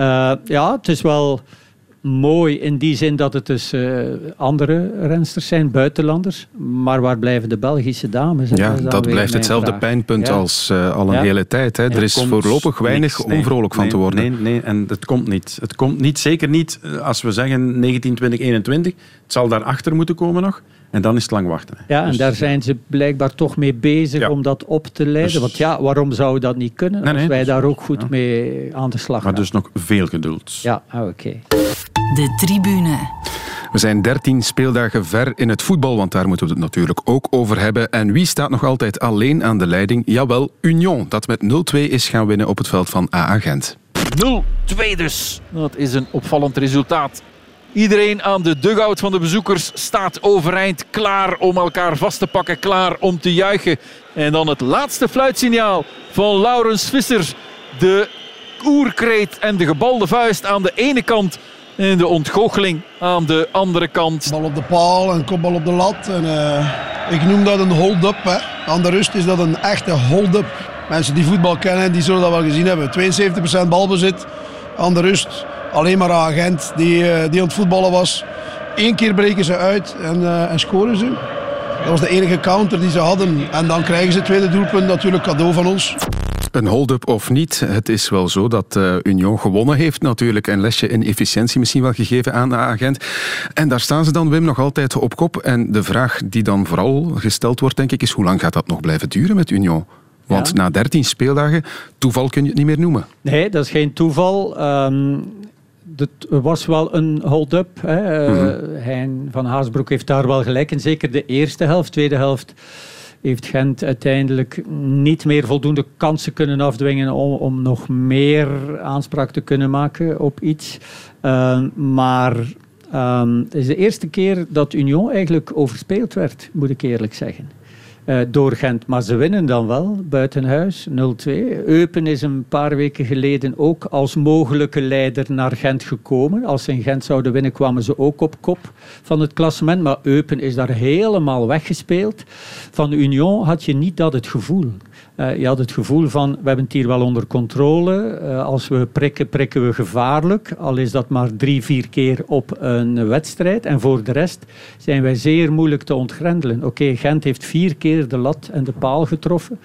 Het is wel mooi in die zin dat het dus andere rensters zijn, buitenlanders. Maar waar blijven de Belgische dames? Ja, dat blijft hetzelfde pijnpunt als al een hele tijd. Hè. Er is voorlopig weinig onvrolijk van te worden. Nee, en het komt niet. Het komt niet, zeker niet als we zeggen 19, 20, 21. Het zal daarachter moeten komen nog. En dan is het lang wachten. Ja, en daar zijn ze blijkbaar toch mee bezig om dat op te leiden. Want waarom zou dat niet kunnen als wij daar ook goed mee aan de slag gaan? Maar dus nog veel geduld. Ja, oké. De tribune. We zijn 13 speeldagen ver in het voetbal, want daar moeten we het natuurlijk ook over hebben. En wie staat nog altijd alleen aan de leiding? Jawel, Union, dat met 0-2 is gaan winnen op het veld van AA Gent. 0-2 dus. Dat is een opvallend resultaat. Iedereen aan de dugout van de bezoekers staat overeind, klaar om elkaar vast te pakken, klaar om te juichen. En dan het laatste fluitsignaal van Laurens Visser. De oerkreet en de gebalde vuist aan de ene kant en de ontgoocheling aan de andere kant. Bal op de paal en kopbal op de lat. En, ik noem dat een hold-up. Aan de rust is dat een echte hold-up. Mensen die voetbal kennen, die zullen dat wel gezien hebben. 72% balbezit aan de rust. Alleen maar een agent die aan het voetballen was. 1 keer breken ze uit en scoren ze. Dat was de enige counter die ze hadden. En dan krijgen ze het tweede doelpunt natuurlijk cadeau van ons. Een hold-up of niet, het is wel zo dat Union gewonnen heeft natuurlijk. Een lesje in efficiëntie misschien wel gegeven aan de agent. En daar staan ze dan, Wim, nog altijd op kop. En de vraag die dan vooral gesteld wordt, denk ik, is hoe lang gaat dat nog blijven duren met Union? Want na 13 speeldagen, toeval kun je het niet meer noemen. Nee, dat is geen toeval. er was wel een hold-up. Hein van Haasbroek heeft daar wel gelijk in. Zeker de eerste helft. Tweede helft heeft Gent uiteindelijk niet meer voldoende kansen kunnen afdwingen om nog meer aanspraak te kunnen maken op iets. Maar het is de eerste keer dat Union eigenlijk overspeeld werd, moet ik eerlijk zeggen. Door Gent. Maar ze winnen dan wel, buitenhuis, 0-2. Eupen is een paar weken geleden ook als mogelijke leider naar Gent gekomen. Als ze in Gent zouden winnen, kwamen ze ook op kop van het klassement. Maar Eupen is daar helemaal weggespeeld. Van Union had je niet dat het gevoel. Je had het gevoel van, we hebben het hier wel onder controle. Als we prikken we gevaarlijk. Al is dat maar 3-4 keer op een wedstrijd. En voor de rest zijn wij zeer moeilijk te ontgrendelen. Oké, Gent heeft 4 keer de lat en de paal getroffen.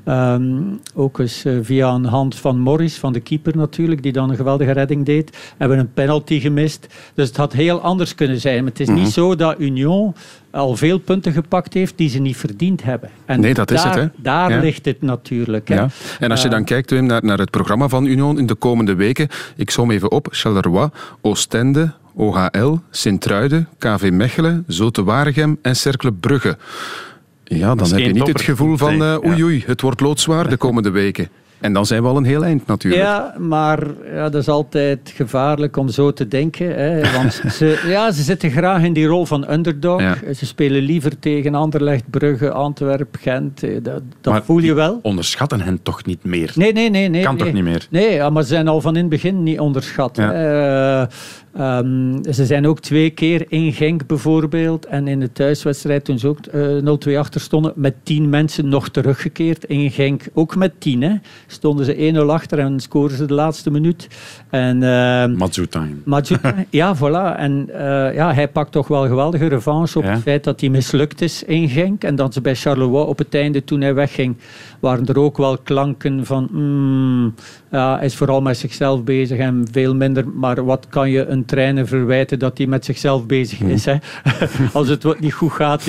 Ook eens via een hand van Morris, van de keeper natuurlijk, die dan een geweldige redding deed. Hebben een penalty gemist. Dus het had heel anders kunnen zijn. Maar het is niet zo dat Union al veel punten gepakt heeft die ze niet verdiend hebben. En nee, dat is het. Hè? Daar ligt het natuurlijk. Hè? Ja. En als je dan kijkt, Wim, naar het programma van Union in de komende weken. Ik som even op. Charleroi, Oostende, OHL, Sint-Truiden, KV Mechelen, Zulte Waregem en Cercle Brugge. Ja, dan heb je niet het gevoel van oei, het wordt loodzwaar de komende weken. En dan zijn we al een heel eind natuurlijk. Ja, maar dat is altijd gevaarlijk om zo te denken. Hè, want ze zitten graag in die rol van underdog. Ja. Ze spelen liever tegen Anderlecht, Brugge, Antwerpen, Gent. Dat voel je wel. Onderschatten hen toch niet meer? Nee. Kan toch niet meer? Nee, maar ze zijn al van in het begin niet onderschat. Ja. Ze zijn ook 2 keer in Genk bijvoorbeeld en in de thuiswedstrijd toen ze ook 0-2 achter stonden met 10 mensen nog teruggekeerd in Genk. Ook met 10, hè. Stonden ze 1-0 achter en scoren ze de laatste minuut. Matsutain. Ja, voilà. En hij pakt toch wel geweldige revanche op het feit dat hij mislukt is in Genk en dat ze bij Charleroi op het einde toen hij wegging waren er ook wel klanken van hij is vooral met zichzelf bezig en veel minder, maar wat kan je een trainer verwijten dat hij met zichzelf bezig is. Hè? Als het wat niet goed gaat,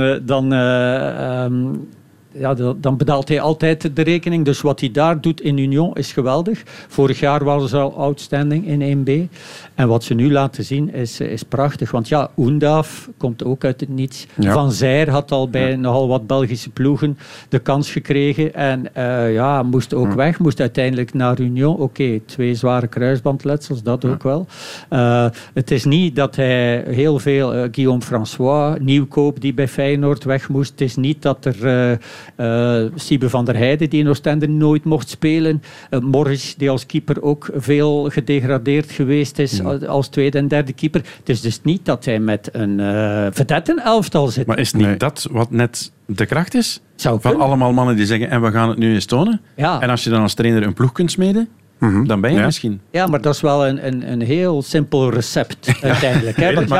dan betaalt hij altijd de rekening. Dus wat hij daar doet in Union is geweldig. Vorig jaar was ze al outstanding in 1B. En wat ze nu laten zien is prachtig. Want ja, Oendaaf komt ook uit het niets. Ja. Van Zijr had al bij nogal wat Belgische ploegen de kans gekregen. En moest ook weg. Moest uiteindelijk naar Union. Oké, 2 zware kruisbandletsels, dat ook wel. Het is niet dat hij heel veel... Guillaume François, Nieuwkoop die bij Feyenoord weg moest. Het is niet dat er... Siebe van der Heijden, die in Oostende nooit mocht spelen. Morris, die als keeper ook veel gedegradeerd geweest is als tweede en derde keeper. Het is dus niet dat hij met een vedettenelftal zit. Maar is niet dat wat net de kracht is? Van allemaal mannen die zeggen, en we gaan het nu eens tonen. Ja. En als je dan als trainer een ploeg kunt smeden, dan ben je misschien. Ja, maar dat is wel een heel simpel recept uiteindelijk. Hè? Want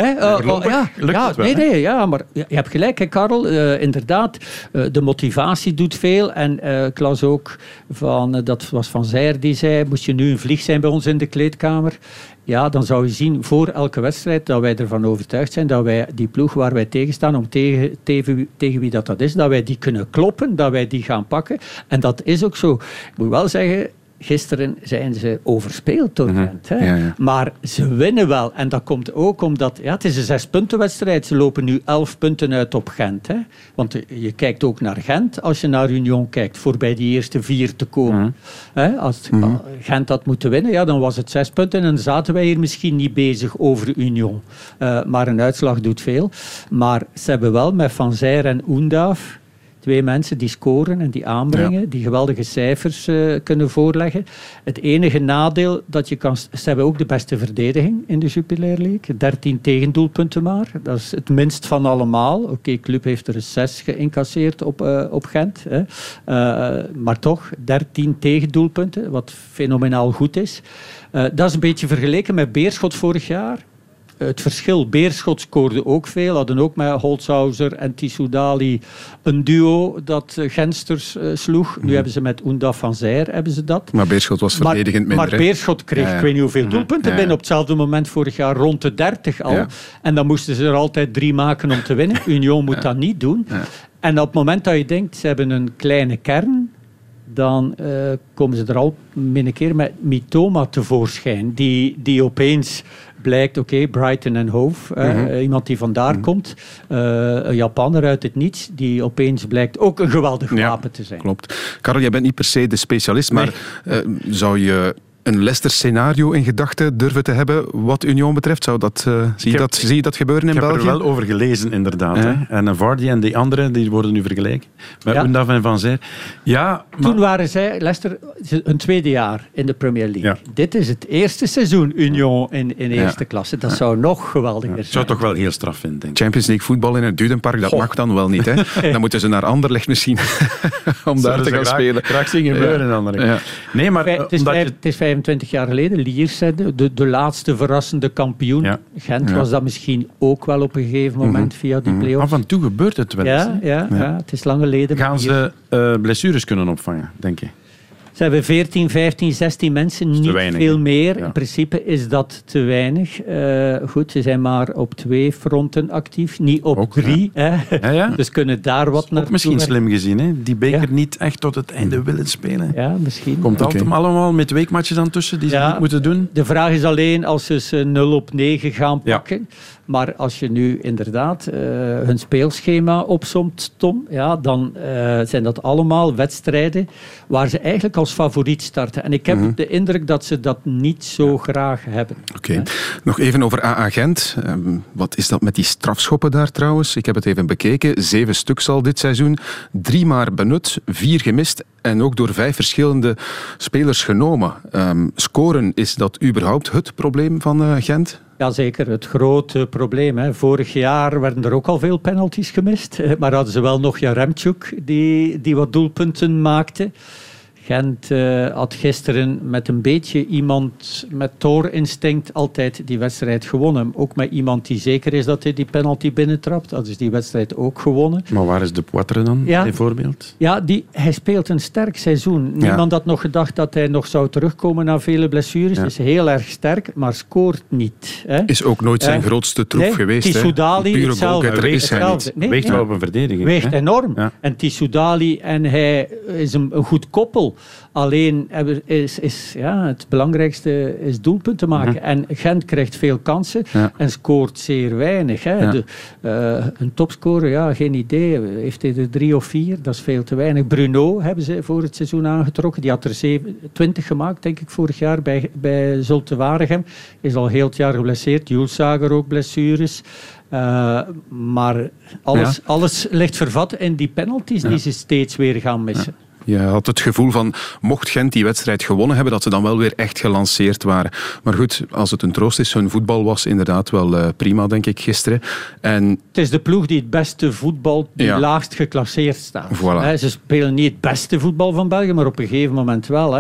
maar je hebt gelijk, hè, Karel. Inderdaad, de motivatie doet veel. En ik las ook dat was Van Zijr die zei, moest je nu een vlieg zijn bij ons in de kleedkamer, ja, dan zou je zien voor elke wedstrijd dat wij ervan overtuigd zijn dat wij die ploeg waar wij tegen staan, om tegen wie dat is, dat wij die kunnen kloppen, dat wij die gaan pakken. En dat is ook zo. Ik moet wel zeggen, gisteren zijn ze overspeeld door Gent. Hè? Ja. Maar ze winnen wel. En dat komt ook omdat... Ja, het is een 6-puntenwedstrijd. Ze lopen nu 11 punten uit op Gent. Hè? Want je kijkt ook naar Gent als je naar Union kijkt. Voor bij die eerste 4 te komen. Als Gent had moeten winnen, dan was het 6 punten. En dan zaten wij hier misschien niet bezig over Union. Maar een uitslag doet veel. Maar ze hebben wel met Van Zijr en Oendaaf 2 mensen die scoren en die aanbrengen, die geweldige cijfers kunnen voorleggen. Het enige nadeel dat je kan... Ze hebben ook de beste verdediging in de Jupiler League. 13 tegendoelpunten maar. Dat is het minst van allemaal. Oké, Club heeft er 6 geïncasseerd op Gent. Hè. Maar toch, 13 tegendoelpunten, wat fenomenaal goed is. Dat is een beetje vergeleken met Beerschot vorig jaar. Het verschil, Beerschot scoorde ook veel, hadden ook met Holzhauser en Tissoudali een duo dat Gensters sloeg. Nu hebben ze met Oendaaf van Zijr hebben ze dat. Maar Beerschot was verdedigend minder. Maar Beerschot kreeg ik weet niet hoeveel doelpunten binnen op hetzelfde moment vorig jaar, rond de 30 al. Ja. En dan moesten ze er altijd 3 maken om te winnen. Union moet dat niet doen. Ja. En op het moment dat je denkt, ze hebben een kleine kern, dan komen ze er al een keer met Mitoma tevoorschijn. Die opeens blijkt, Brighton en Hove, iemand die vandaar komt. Een Japaner uit het niets, die opeens blijkt ook een geweldig wapen te zijn. Klopt. Karel, jij bent niet per se de specialist, maar zou je een Leicester-scenario in gedachten durven te hebben wat Union betreft? Zie je dat gebeuren in België? Ik heb er wel over gelezen, inderdaad. Hè? En Vardy en die anderen die worden nu vergeleken met Undav en Van Zijl. Ja, maar... Toen waren zij, Leicester, hun tweede jaar in de Premier League. Ja. Dit is het eerste seizoen Union in eerste klasse. Dat zou nog geweldiger zijn. Ik zou het toch wel heel straf vinden, denk ik. Champions League voetbal in het Dudenpark, dat mag dan wel niet. Hè? Dan moeten ze naar Anderlecht misschien om daar te gaan spelen. Graag zien gebeuren in Anderlecht. Ja. Nee, maar... Het is 25 jaar geleden, Liers, de laatste verrassende kampioen. Ja. Gent was dat misschien ook wel op een gegeven moment via die play-offs. Af en toe gebeurt het wel eens. Ja, het is lang geleden. Gaan ze blessures kunnen opvangen, denk je? Ze hebben 14, 15, 16 mensen, niet weinig, veel meer. Ja. In principe is dat te weinig. Goed, ze zijn maar op 2 fronten actief, niet op 3. Dus kunnen daar wat naar. Misschien slim gezien, hè? Die beker niet echt tot het einde willen spelen. Ja, misschien. Komt dat allemaal met weekmatches dan tussen die ze niet moeten doen? De vraag is alleen als ze 0-9 gaan pakken. Ja. Maar als je nu inderdaad hun speelschema opsomt, Tom, dan zijn dat allemaal wedstrijden waar ze eigenlijk als favoriet starten. En ik heb de indruk dat ze dat niet zo graag hebben. Oké. Nog even over AA Gent. Wat is dat met die strafschoppen daar trouwens? Ik heb het even bekeken. 7 stuks al dit seizoen. 3 maar benut, 4 gemist en ook door 5 verschillende spelers genomen. Scoren, is dat überhaupt het probleem van Gent? Jazeker, het grote probleem. Hè. Vorig jaar werden er ook al veel penalties gemist. Maar hadden ze wel nog Jaremchuk die wat doelpunten maakte. Gent had gisteren met een beetje iemand met toorinstinct altijd die wedstrijd gewonnen. Ook met iemand die zeker is dat hij die penalty binnentrapt. Dat is die wedstrijd ook gewonnen. Maar waar is de Poitre dan, bijvoorbeeld? Ja, hij speelt een sterk seizoen. Niemand had nog gedacht dat hij nog zou terugkomen na vele blessures. Hij is heel erg sterk, maar scoort niet. Hè. Is ook nooit zijn grootste troef geweest. Tissoudali hetzelfde. Weegt wel op een verdediging. Weegt enorm. Ja. En Tissoudali en hij is een goed koppel. Alleen het belangrijkste is doelpunten maken. En Gent krijgt veel kansen en scoort zeer weinig. Hè. Ja. Een topscorer, geen idee. Heeft hij er 3 of 4? Dat is veel te weinig. Bruno hebben ze voor het seizoen aangetrokken. Die had er 20 gemaakt, denk ik, vorig jaar bij Zulte Waregem. Is al heel het jaar geblesseerd. Julsager ook blessures. Maar alles ligt vervat in die penalties die ze steeds weer gaan missen. Je had het gevoel van, mocht Gent die wedstrijd gewonnen hebben, dat ze dan wel weer echt gelanceerd waren. Maar goed, als het een troost is, hun voetbal was inderdaad wel prima, denk ik, gisteren. En... Het is de ploeg die het beste voetbal, die laagst geclasseerd staat. Voilà. Ze spelen niet het beste voetbal van België, maar op een gegeven moment wel.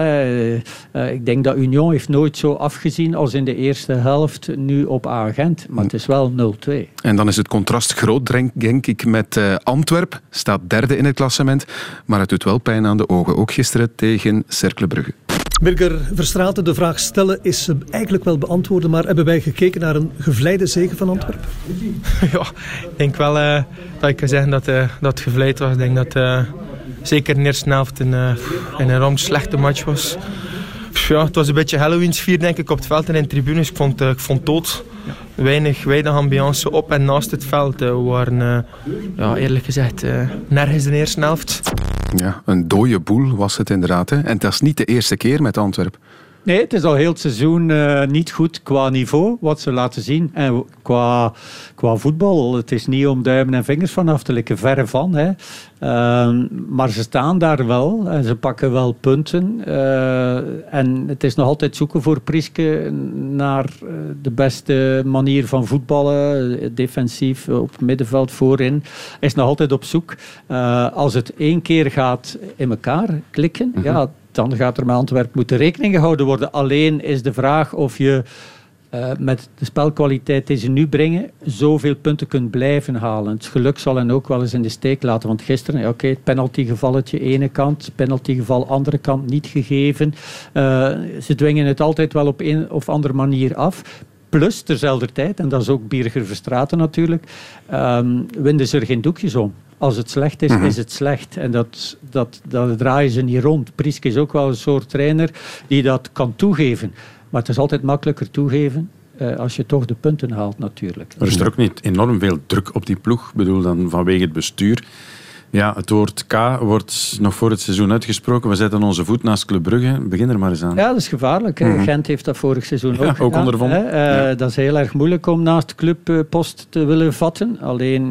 Ik denk dat Union heeft nooit zo afgezien als in de eerste helft nu op AA Gent. Maar het is wel 0-2. En dan is het contrast groot, denk ik, met Antwerp. Staat 3e in het klassement, maar het doet wel pijn aan de ogen. Ook gisteren tegen Cercle Brugge. Birger Verstraeten, de vraag stellen is eigenlijk wel beantwoorden, maar hebben wij gekeken naar een gevleide zege van Antwerpen? Ja, ik denk wel dat ik kan zeggen dat het gevleid was. Ik denk dat zeker in de eerste helft een enorm slechte match was. Ja, het was een beetje Halloween-sfeer, denk ik, op het veld en in de tribunes. Ik vond dood. Weinig ambiance op en naast het veld. We waren, eerlijk gezegd, nergens in de eerste helft. Ja, een dode boel was het inderdaad. Hè? En dat is niet de eerste keer met Antwerpen. Nee, het is al heel het seizoen niet goed qua niveau, wat ze laten zien. En qua voetbal, het is niet om duimen en vingers vanaf te likken, verre van. Hè. Maar ze staan daar wel en ze pakken wel punten. En het is nog altijd zoeken voor Priske naar de beste manier van voetballen. Defensief, op middenveld, voorin. Hij is nog altijd op zoek. Als het 1 keer gaat in elkaar klikken, dan gaat er met Antwerpen moeten rekening gehouden worden. Alleen is de vraag of je met de spelkwaliteit die ze nu brengen zoveel punten kunt blijven halen. Het geluk zal hen ook wel eens in de steek laten. Want gisteren, het penaltygevalletje ene kant, penaltygeval andere kant niet gegeven. Ze dwingen het altijd wel op een of andere manier af. Plus, terzelfde tijd, en dat is ook Birger Verstraeten natuurlijk, winden ze er geen doekjes om. Als het slecht is, is het slecht. En dat draaien ze niet rond. Prieske is ook wel een soort trainer die dat kan toegeven. Maar het is altijd makkelijker toegeven als je toch de punten haalt natuurlijk. Er is er ook niet enorm veel druk op die ploeg. Ik bedoel dan vanwege het bestuur. Ja, het woord K wordt nog voor het seizoen uitgesproken. We zetten onze voet naast Club Brugge. Begin er maar eens aan. Ja, dat is gevaarlijk. Gent heeft dat vorig seizoen ook gedaan. Ook ondervonden. Dat is heel erg moeilijk om naast de clubpost te willen vatten. Alleen,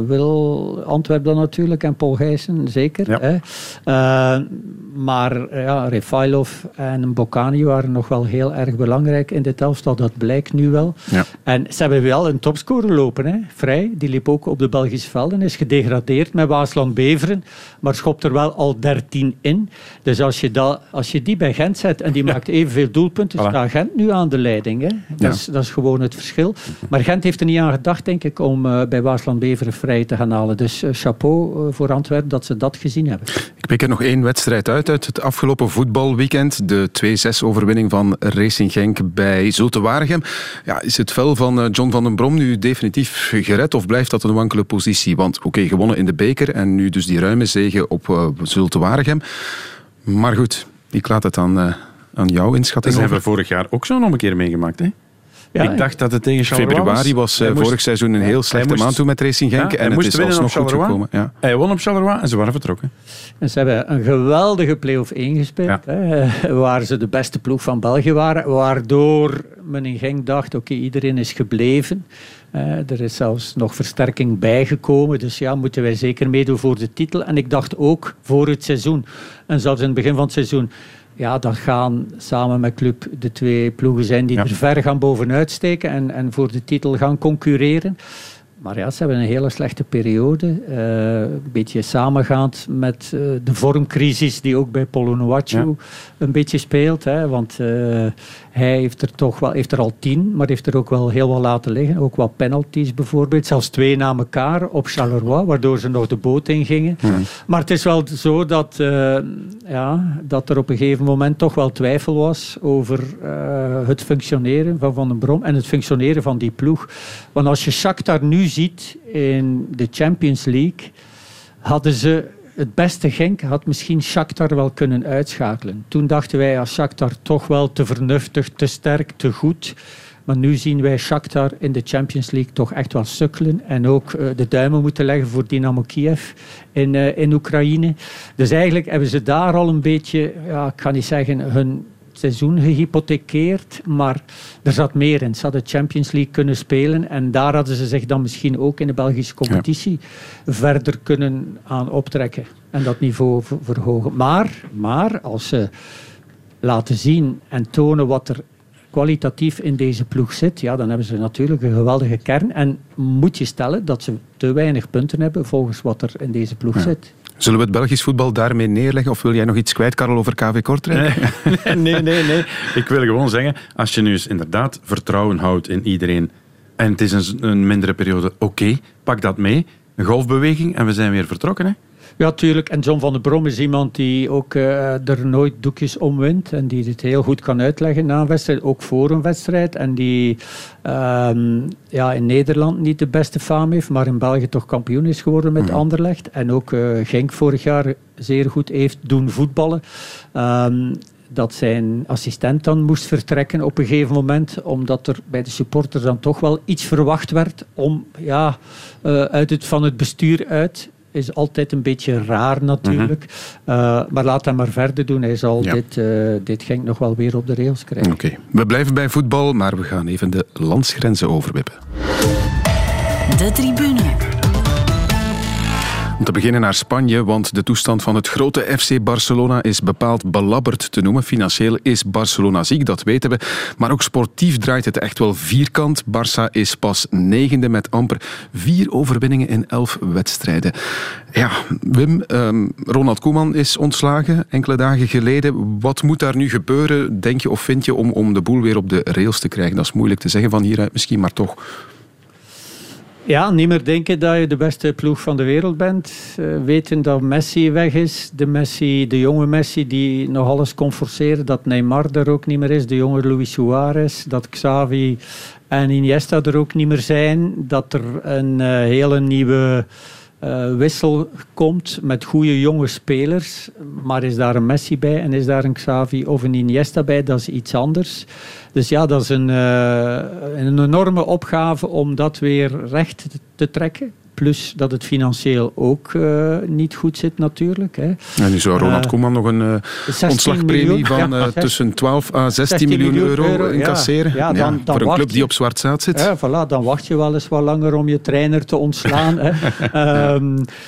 wil Antwerpen dan natuurlijk en Paul Gijssen, zeker. Ja. Maar Refailov en Bocani waren nog wel heel erg belangrijk in dit elftal. Dat blijkt nu wel. Ja. En ze hebben wel een topscorer lopen. Hè. Vrij, die liep ook op de Belgische velden. Is gedegradeerd met Waasland-Beveren. Maar schopt er wel al 13 in. Dus als je die bij Gent zet en die maakt evenveel doelpunten, staat Gent nu aan de leiding. Hè. Dat is gewoon het verschil. Maar Gent heeft er niet aan gedacht, denk ik, om bij Waasland-Beveren Vrij te gaan halen. Dus chapeau voor Antwerpen dat ze dat gezien hebben. Ik pik er nog 1 wedstrijd uit het afgelopen voetbalweekend. De 2-6 overwinning van Racing Genk bij Zulte Waregem. Ja, is het vel van John van den Brom nu definitief gered of blijft dat een wankele positie? Want gewonnen in de beker en nu dus die ruime zege op Zulte Waregem. Maar goed, ik laat het aan jou inschatten. Dat hebben we vorig jaar ook zo nog een keer meegemaakt, hè? Ja, ik dacht dat het tegen Charleroi februari was vorig seizoen een heel slechte maand toe met Racing Genk. En het is alsnog goed gekomen. Ja. Hij won op Charleroi en ze waren vertrokken. En ze hebben een geweldige play-off 1 gespeeld. Ja. Waar ze de beste ploeg van België waren. Waardoor men in Genk dacht, oké, iedereen is gebleven. Er is zelfs nog versterking bijgekomen. Dus moeten wij zeker meedoen voor de titel. En ik dacht ook voor het seizoen. En zelfs in het begin van het seizoen. Ja, dat gaan samen met Club de 2 ploegen zijn die er ver gaan bovenuit steken en voor de titel gaan concurreren. Maar ze hebben een hele slechte periode. Een beetje samengaand met de vormcrisis die ook bij Polonwachu een beetje speelt. Hè, want hij heeft er al 10, maar heeft er ook wel heel wat laten liggen. Ook wat penalties bijvoorbeeld. Zelfs 2 na elkaar op Charleroi, waardoor ze nog de boot ingingen. Maar het is wel zo dat er op een gegeven moment toch wel twijfel was over het functioneren van den Brom en het functioneren van die ploeg. Want als je Shakhtar nu ziet in de Champions League, hadden ze het beste Genk had misschien Shakhtar wel kunnen uitschakelen. Toen dachten wij als Shakhtar toch wel te vernuftig, te sterk, te goed. Maar nu zien wij Shakhtar in de Champions League toch echt wel sukkelen. En ook de duimen moeten leggen voor Dynamo Kiev in Oekraïne. Dus eigenlijk hebben ze daar al een beetje, ik ga niet zeggen hun seizoen gehypothekeerd, maar er zat meer in. Ze hadden Champions League kunnen spelen en daar hadden ze zich dan misschien ook in de Belgische competitie verder kunnen aan optrekken en dat niveau verhogen. Maar als ze laten zien en tonen wat er kwalitatief in deze ploeg zit, dan hebben ze natuurlijk een geweldige kern en moet je stellen dat ze te weinig punten hebben volgens wat er in deze ploeg zit. Zullen we het Belgisch voetbal daarmee neerleggen? Of wil jij nog iets kwijt, Karel, over KV Kortrijk? Nee. Ik wil gewoon zeggen, als je nu eens inderdaad vertrouwen houdt in iedereen en het is een mindere periode, oké, pak dat mee. Een golfbeweging en we zijn weer vertrokken, hè? Ja, tuurlijk. En John van den Brom is iemand die ook er nooit doekjes om wint. En die dit heel goed kan uitleggen na een wedstrijd. Ook voor een wedstrijd. En die in Nederland niet de beste faam heeft. Maar in België toch kampioen is geworden met Anderlecht. En ook Genk vorig jaar zeer goed heeft doen voetballen. Dat zijn assistent dan moest vertrekken op een gegeven moment. Omdat er bij de supporters dan toch wel iets verwacht werd. Om van het bestuur uit. Is altijd een beetje raar natuurlijk. Maar laat hem maar verder doen. Hij zal dit Genk nog wel weer op de rails krijgen. Oké. We blijven bij voetbal, maar we gaan even de landsgrenzen overwippen. De tribune. Om te beginnen naar Spanje, want de toestand van het grote FC Barcelona is bepaald belabberd te noemen. Financieel is Barcelona ziek, dat weten we. Maar ook sportief draait het echt wel vierkant. Barça is pas 9e met amper 4 overwinningen in 11 wedstrijden. Ja, Wim, Ronald Koeman is ontslagen enkele dagen geleden. Wat moet daar nu gebeuren, denk je of vind je, om de boel weer op de rails te krijgen? Dat is moeilijk te zeggen van hieruit misschien, maar toch. Ja, niet meer denken dat je de beste ploeg van de wereld bent. Weten dat Messi weg is. De jonge Messi die nog alles kon forceren. Dat Neymar er ook niet meer is. De jonge Luis Suarez. Dat Xavi en Iniesta er ook niet meer zijn. Dat er een hele nieuwe wissel komt met goede jonge spelers, maar is daar een Messi bij en is daar een Xavi of een Iniesta bij, dat is iets anders. Dus ja, dat is een enorme opgave om dat weer recht te trekken. Plus dat het financieel ook niet goed zit natuurlijk. Hè. En nu zou Ronald Koeman nog een ontslagpremie van tussen 12 à 16 miljoen euro incasseren. Ja, dan voor een club die op zwart zaad zit. Voilà, dan wacht je wel eens wat langer om je trainer te ontslaan. Hè.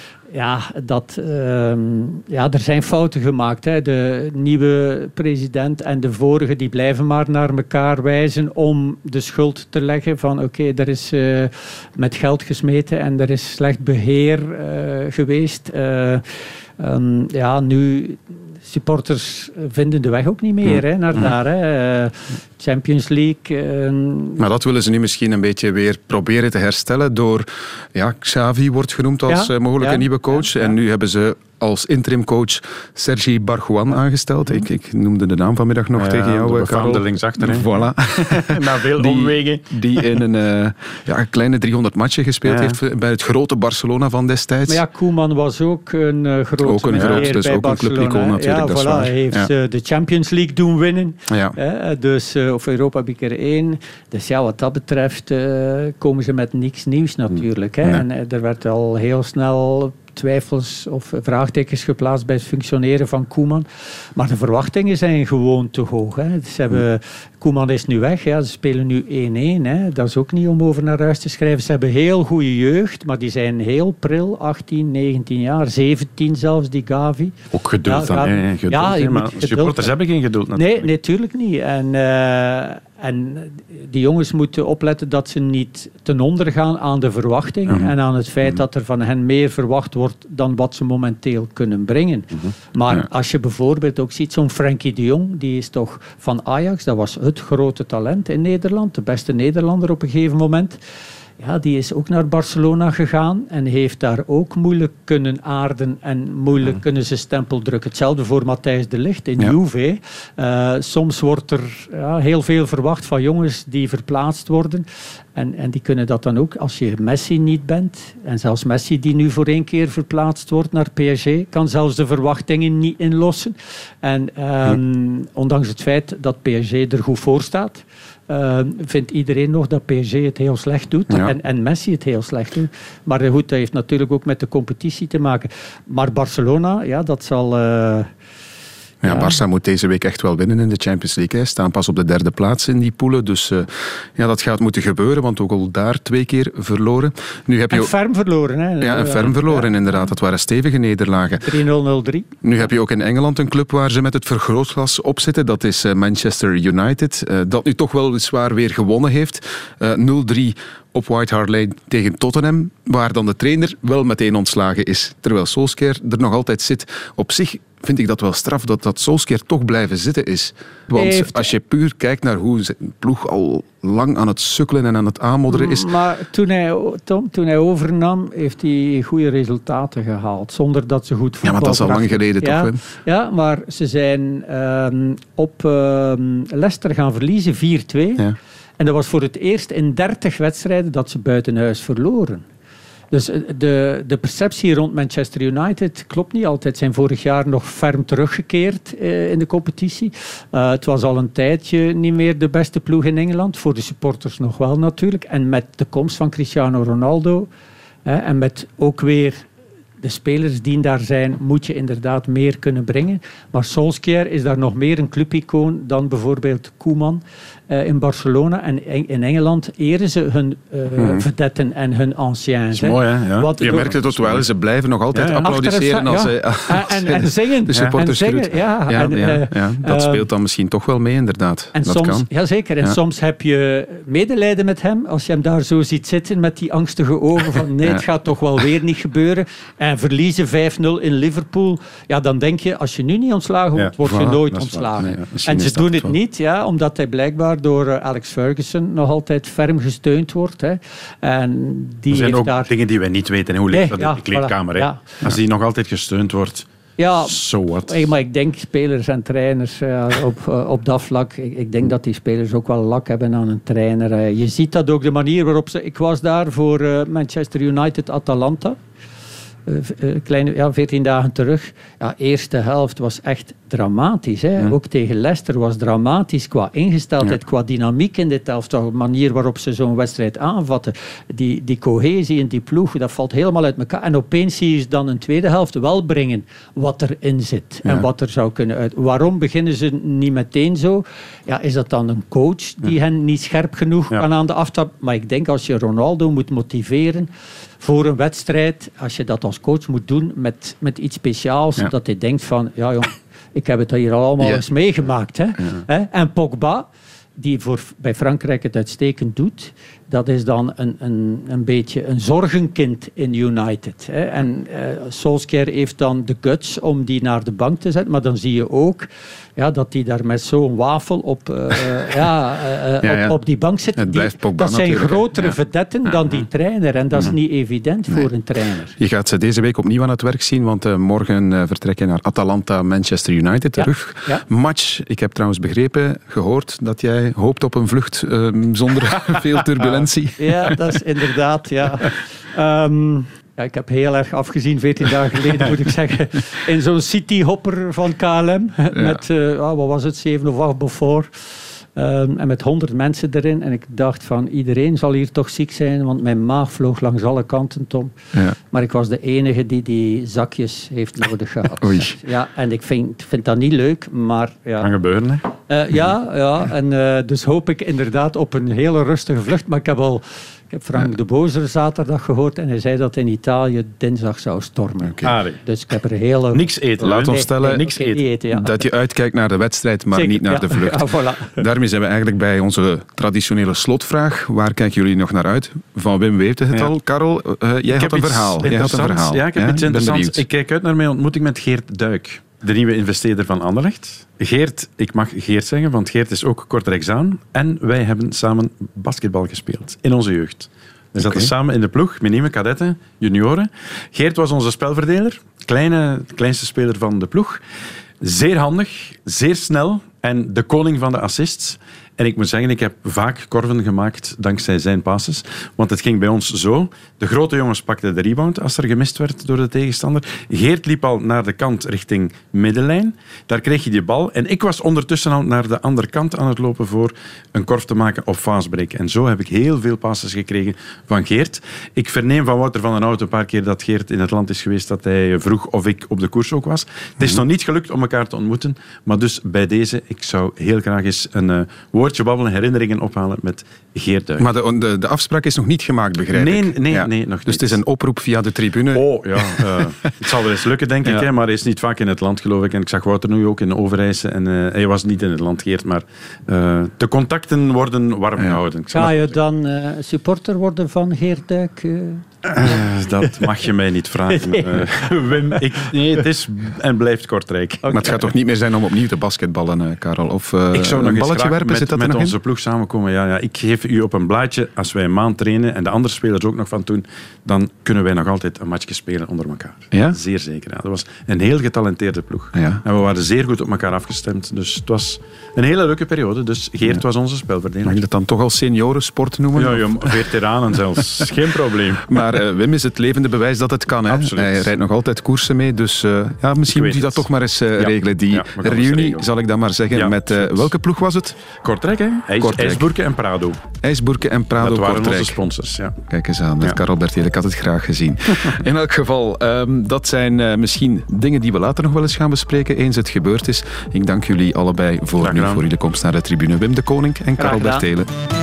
Er zijn fouten gemaakt. Hè. De nieuwe president en de vorige die blijven maar naar elkaar wijzen om de schuld te leggen van oké, er is met geld gesmeten en er is slecht beheer geweest. Nu... Supporters vinden de weg ook niet meer naar daar. Hè. Champions League. Maar dat willen ze nu misschien een beetje weer proberen te herstellen door... Ja, Xavi wordt genoemd als mogelijke nieuwe coach. En nu hebben ze als interimcoach Sergi Barjuan aangesteld. Ik noemde de naam vanmiddag nog tegen jou, de Karel. De linksachter. Voilà. Na veel omwegen. Die in een kleine 300 matchen gespeeld heeft bij het grote Barcelona van destijds. Maar ja, Koeman was ook een grote meneer dus bij ook Barcelona. Een clubicoon natuurlijk, dat is waar. Hij heeft de Champions League doen winnen. Ja. Of Europa Beker 1. Dus ja, wat dat betreft komen ze met niks nieuws natuurlijk. Hè. En er werd al heel snel twijfels of vraagtekens geplaatst bij het functioneren van Koeman. Maar de verwachtingen zijn gewoon te hoog. Hè. Koeman is nu weg. Ja. Ze spelen nu 1-1. Hè. Dat is ook niet om over naar huis te schrijven. Ze hebben heel goede jeugd, maar die zijn heel pril. 18, 19 jaar, 17 zelfs, die Gavi. Ook geduld dan. Maar supporters hebben geen geduld natuurlijk. Nee, natuurlijk niet. En die jongens moeten opletten dat ze niet ten onder gaan aan de verwachting en aan het feit dat er van hen meer verwacht wordt dan wat ze momenteel kunnen brengen. Maar als je bijvoorbeeld ook ziet, zo'n Frenkie de Jong, die is toch van Ajax, dat was het grote talent in Nederland, de beste Nederlander op een gegeven moment. Ja, die is ook naar Barcelona gegaan en heeft daar ook moeilijk kunnen aarden en moeilijk kunnen zijn stempel drukken. Hetzelfde voor Matthijs de Ligt in Juve. Soms wordt er heel veel verwacht van jongens die verplaatst worden. En die kunnen dat dan ook, als je Messi niet bent, en zelfs Messi die nu voor 1 keer verplaatst wordt naar PSG, kan zelfs de verwachtingen niet inlossen. En ondanks het feit dat PSG er goed voor staat, vindt iedereen nog dat PSG het heel slecht doet en Messi het heel slecht doet. Maar goed, dat heeft natuurlijk ook met de competitie te maken. Maar Barcelona, dat zal... Barça moet deze week echt wel winnen in de Champions League. Hè. Staan pas op de 3e plaats in die poelen. Dus dat gaat moeten gebeuren, want ook al daar 2 keer verloren. Nu heb je ferm verloren. Hè. Ferm verloren inderdaad. Dat waren stevige nederlagen. 3-0-0-3. Nu heb je ook in Engeland een club waar ze met het vergrootglas op zitten. Dat is Manchester United. Dat nu toch weliswaar weer gewonnen heeft. 0-3 op White Hart Lane tegen Tottenham, waar dan de trainer wel meteen ontslagen is. Terwijl Solskjaer er nog altijd zit. Op zich vind ik dat wel straf dat Solskjaer toch blijven zitten is. Want als je puur kijkt naar hoe zijn ploeg al lang aan het sukkelen en aan het aanmodderen is... Maar toen hij overnam, heeft hij goede resultaten gehaald. Zonder dat ze goed voetbal... Ja, maar dat is al lang geleden toch, Wim? Ja, maar ze zijn op Leicester gaan verliezen, 4-2. Ja. En dat was voor het eerst in 30 wedstrijden dat ze buitenhuis verloren. Dus de perceptie rond Manchester United klopt niet altijd. Ze zijn vorig jaar nog ferm teruggekeerd in de competitie. Het was al een tijdje niet meer de beste ploeg in Engeland. Voor de supporters nog wel natuurlijk. En met de komst van Cristiano Ronaldo en met ook weer de spelers die daar zijn, moet je inderdaad meer kunnen brengen. Maar Solskjaer is daar nog meer een clubicoon dan bijvoorbeeld Koeman in Barcelona. En in Engeland eren ze hun vedetten en hun anciens. Dat is mooi, hè? Ja. Je merkt het ook wel, ze blijven nog altijd applaudisseren als en zingen. De supporters dat speelt dan misschien toch wel mee, inderdaad. En dat soms, kan. Jazeker. En soms heb je medelijden met hem, als je hem daar zo ziet zitten met die angstige ogen van nee, het gaat toch wel weer niet gebeuren. En verliezen 5-0 in Liverpool. Ja, dan denk je, als je nu niet ontslagen wordt, word je nooit ontslagen. En ze doen het niet, omdat hij blijkbaar door Alex Ferguson nog altijd ferm gesteund wordt. Hè. En die er zijn ook daar... dingen die wij niet weten. Hoe ligt dat in de kleedkamer? Voilà. Als die nog altijd gesteund wordt... Ja, so what? Maar ik denk spelers en trainers op dat vlak. Ik denk dat die spelers ook wel lak hebben aan een trainer. Je ziet dat ook, de manier waarop ze... Ik was daar voor Manchester United Atalanta. kleine 14 dagen terug. Ja, eerste helft was echt dramatisch. Hè? Ook tegen Leicester was dramatisch qua ingesteldheid, qua dynamiek in dit elftal, de manier waarop ze zo'n wedstrijd aanvatten. Die cohesie in die ploeg, dat valt helemaal uit elkaar. En opeens zie je dan een tweede helft wel brengen wat erin zit en wat er zou kunnen uit. Waarom beginnen ze niet meteen zo? Ja, is dat dan een coach die hen niet scherp genoeg kan aan de aftrap? Maar ik denk als je Ronaldo moet motiveren voor een wedstrijd, als je dat als coach moet doen met iets speciaals, dat hij denkt van, ja jong, ik heb het hier allemaal eens meegemaakt. Hè? Ja. En Pogba, die bij Frankrijk het uitstekend doet, dat is dan een beetje een zorgenkind in United. Hè? En Solskjaer heeft dan de guts om die naar de bank te zetten, maar dan zie je ook dat hij daar met zo'n wafel op die bank zit. Het blijft Pogba, dat zijn grotere vedetten dan die trainer en dat is niet evident voor een trainer. Je gaat ze deze week opnieuw aan het werk zien, want morgen vertrekken naar Atalanta, Manchester United, terug. Ja. Match, ik heb trouwens gehoord dat jij hoopt op een vlucht zonder veel turbulentie. Ja, dat is inderdaad, ik heb heel erg afgezien, 14 dagen geleden moet ik zeggen, in zo'n cityhopper van KLM. Met, wat was het, 7 of 8 Beaufort. En met 100 mensen erin. En ik dacht van, iedereen zal hier toch ziek zijn, want mijn maag vloog langs alle kanten, Tom. Ja. Maar ik was de enige die zakjes heeft nodig gehad. Oei. Ja, en ik vind dat niet leuk, maar... Ja. Kan gebeuren, hè? En dus hoop ik inderdaad op een hele rustige vlucht. Maar ik heb Frank de Bozer zaterdag gehoord en hij zei dat in Italië dinsdag zou stormen. Okay. Dus ik heb er hele... Niks eten. Laat ons stellen niks eten, dat je uitkijkt naar de wedstrijd, maar niet naar de vlucht. Ja, voilà. Daarmee zijn we eigenlijk bij onze traditionele slotvraag. Waar kijken jullie nog naar uit? Van Wim weet het al. Karel, jij had een verhaal. Ja, ik heb iets interessants. Ik kijk uit naar mijn ontmoeting met Geert Duik, de nieuwe investeerder van Anderlecht. Geert, ik mag Geert zeggen, want Geert is ook Kortrijksaan. En wij hebben samen basketbal gespeeld in onze jeugd. We zaten samen in de ploeg, minieme, kadetten, junioren. Geert was onze spelverdeler, kleinste speler van de ploeg. Zeer handig, zeer snel en de koning van de assists. En ik moet zeggen, ik heb vaak korven gemaakt dankzij zijn passes. Want het ging bij ons zo. De grote jongens pakten de rebound als er gemist werd door de tegenstander. Geert liep al naar de kant richting middenlijn. Daar kreeg je die bal. En ik was ondertussen al naar de andere kant aan het lopen voor een korf te maken op fastbreak. En zo heb ik heel veel passes gekregen van Geert. Ik verneem van Wouter van den Hout een paar keer dat Geert in het land is geweest, dat hij vroeg of ik op de koers ook was. Het is nog niet gelukt om elkaar te ontmoeten. Maar dus bij deze, ik zou heel graag eens een woordje babbelen, herinneringen ophalen met Geert Duik. Maar de afspraak is nog niet gemaakt, begrijp ik? Nee, nog niet. Dus het is een oproep via de tribune? Oh, ja. Het zal wel eens lukken, denk ik, hè, maar hij is niet vaak in het land, geloof ik. En ik zag Wouter nu ook in Overijse. En hij was niet in het land, Geert, maar de contacten worden warm gehouden. Ga je dan supporter worden van Geert Duik? Dat mag je mij niet vragen. Wim, het is en blijft Kortrijk. Okay. Maar het gaat toch niet meer zijn om opnieuw te basketballen, Karel? Of ik zou nog een balletje werpen? Zit dat met er nog onze ploeg samenkomen. Ja. Ik geef u op een blaadje, als wij een maand trainen en de andere spelers ook nog van toen, dan kunnen wij nog altijd een matchje spelen onder elkaar. Ja? Zeer zeker. Ja. Dat was een heel getalenteerde ploeg. Ja. En we waren zeer goed op elkaar afgestemd. Dus het was een hele leuke periode. Dus Geert was onze spelverdeler. Mag je dat dan toch als seniorensport noemen? Ja, veteranen zelfs. Geen probleem. Maar Wim is het levende bewijs dat het kan. Hè? Absoluut. Hij rijdt nog altijd koersen mee. Dus misschien moet je dat toch maar eens regelen. Die reunie, zal ik dan maar zeggen. Ja, met welke ploeg was het? Kortrijk, hè? IJsboerke en Prado. IJsboerke en Prado, dat waren Kortrijk. onze sponsors, ja. Kijk eens aan, met Karel Bertheel. Ik had het graag gezien. In elk geval, dat zijn misschien dingen die we later nog wel eens gaan bespreken, eens het gebeurd is. Ik dank jullie allebei voor jullie komst naar de tribune. Wim de Koning en Karel Bertheel.